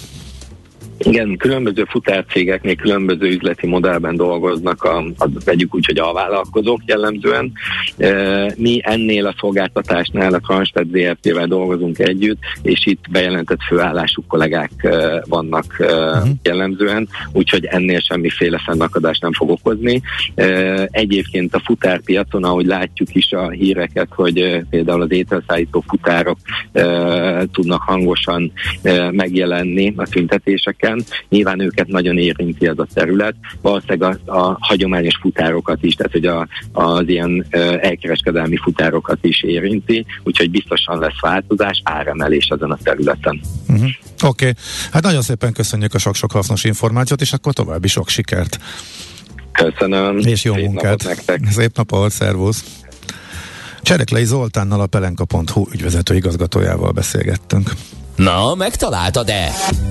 Igen, különböző futárcégeknél különböző üzleti modellben dolgoznak, a, a, vegyük úgy, hogy a vállalkozók jellemzően. E, mi ennél a szolgáltatásnál a Kronstedt zé er té-vel dolgozunk együtt, és itt bejelentett főállású kollégák e, vannak e, uh-huh. jellemzően, úgyhogy ennél semmiféle fennakadást nem fog okozni. E, egyébként a futárpiacon, ahogy látjuk is a híreket, hogy e, például az ételszállító futárok e, tudnak hangosan e, megjelenni a tüntetéseken. Nyilván őket nagyon érinti ez a terület, valószínűleg a, a hagyományos futárokat is, tehát hogy a, az ilyen uh, elkereskedelmi futárokat is érinti, úgyhogy biztosan lesz változás, áremelés ezen a területen. Uh-huh. Oké, okay. Hát nagyon szépen köszönjük a sok-sok hasznos információt, és akkor további sok sikert. Köszönöm. És jó Szép munkát. Szép napot, szervusz. Csereklei Zoltánnal, a pelenka pont hu ügyvezető igazgatójával beszélgettünk. Na, megtaláltad-e?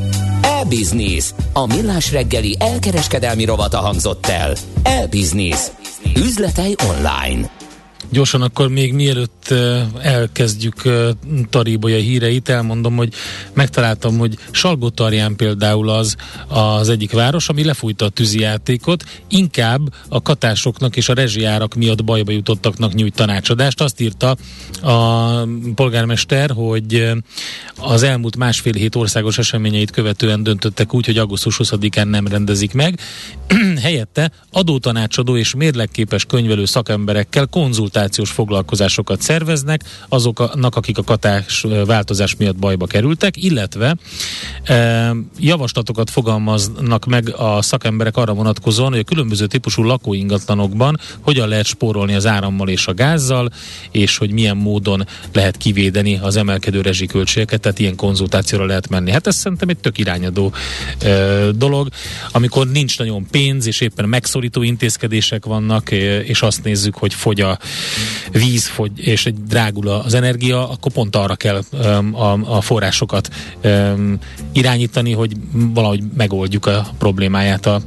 E-Business. A millás reggeli elkereskedelmi rovata hangzott el. E-Business. Üzletei online. Gyorsan akkor még mielőtt uh, elkezdjük uh, Taríbolya híreit, elmondom, hogy megtaláltam, hogy Salgótarján például az az egyik város, ami lefújta a tűzijátékot, inkább a katásoknak és a rezsijárak miatt bajba jutottaknak nyújt tanácsadást. Azt írta a polgármester, hogy az elmúlt másfél hét országos eseményeit követően döntöttek úgy, hogy augusztus huszadikán nem rendezik meg. Helyette adótanácsadó és mérlegképes könyvelő szakemberekkel konzultációs foglalkozásokat szerveznek azoknak, akik a katás változás miatt bajba kerültek, illetve e, javaslatokat fogalmaznak meg a szakemberek arra vonatkozóan, hogy a különböző típusú lakóingatlanokban hogyan lehet spórolni az árammal és a gázzal, és hogy milyen módon lehet kivédeni az emelkedő rezsiköltségeket, tehát ilyen konzultációra lehet menni. Hát ez szerintem egy tök irányadó e, dolog, amikor nincs nagyon pénz, és éppen megszorító intézkedések vannak, és azt nézzük, hogy fogy a víz, fogy, és egy drágul az energia, akkor pont arra kell um, a, a forrásokat um, irányítani, hogy valahogy megoldjuk a problémáját a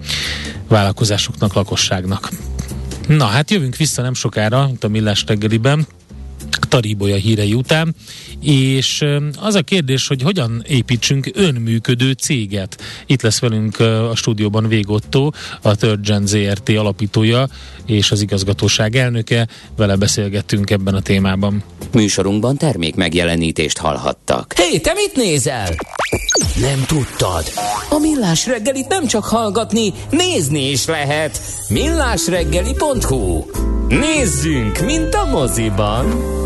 vállalkozásoknak, lakosságnak. Na, hát jövünk vissza nem sokára, itt a Millás reggeliben. Taríbolya hírei után, és az a kérdés, hogy hogyan építsünk önműködő céget. Itt lesz velünk a stúdióban Vég Ottó, a Third Gen zé er té alapítója és az igazgatóság elnöke, vele beszélgettünk ebben a témában. Műsorunkban termék megjelenítést hallhattak. Hé, hey, te mit nézel? Nem tudtad? A Millás reggelit nem csak hallgatni, nézni is lehet. millásreggeli pont hu. Nézzünk, mint a moziban!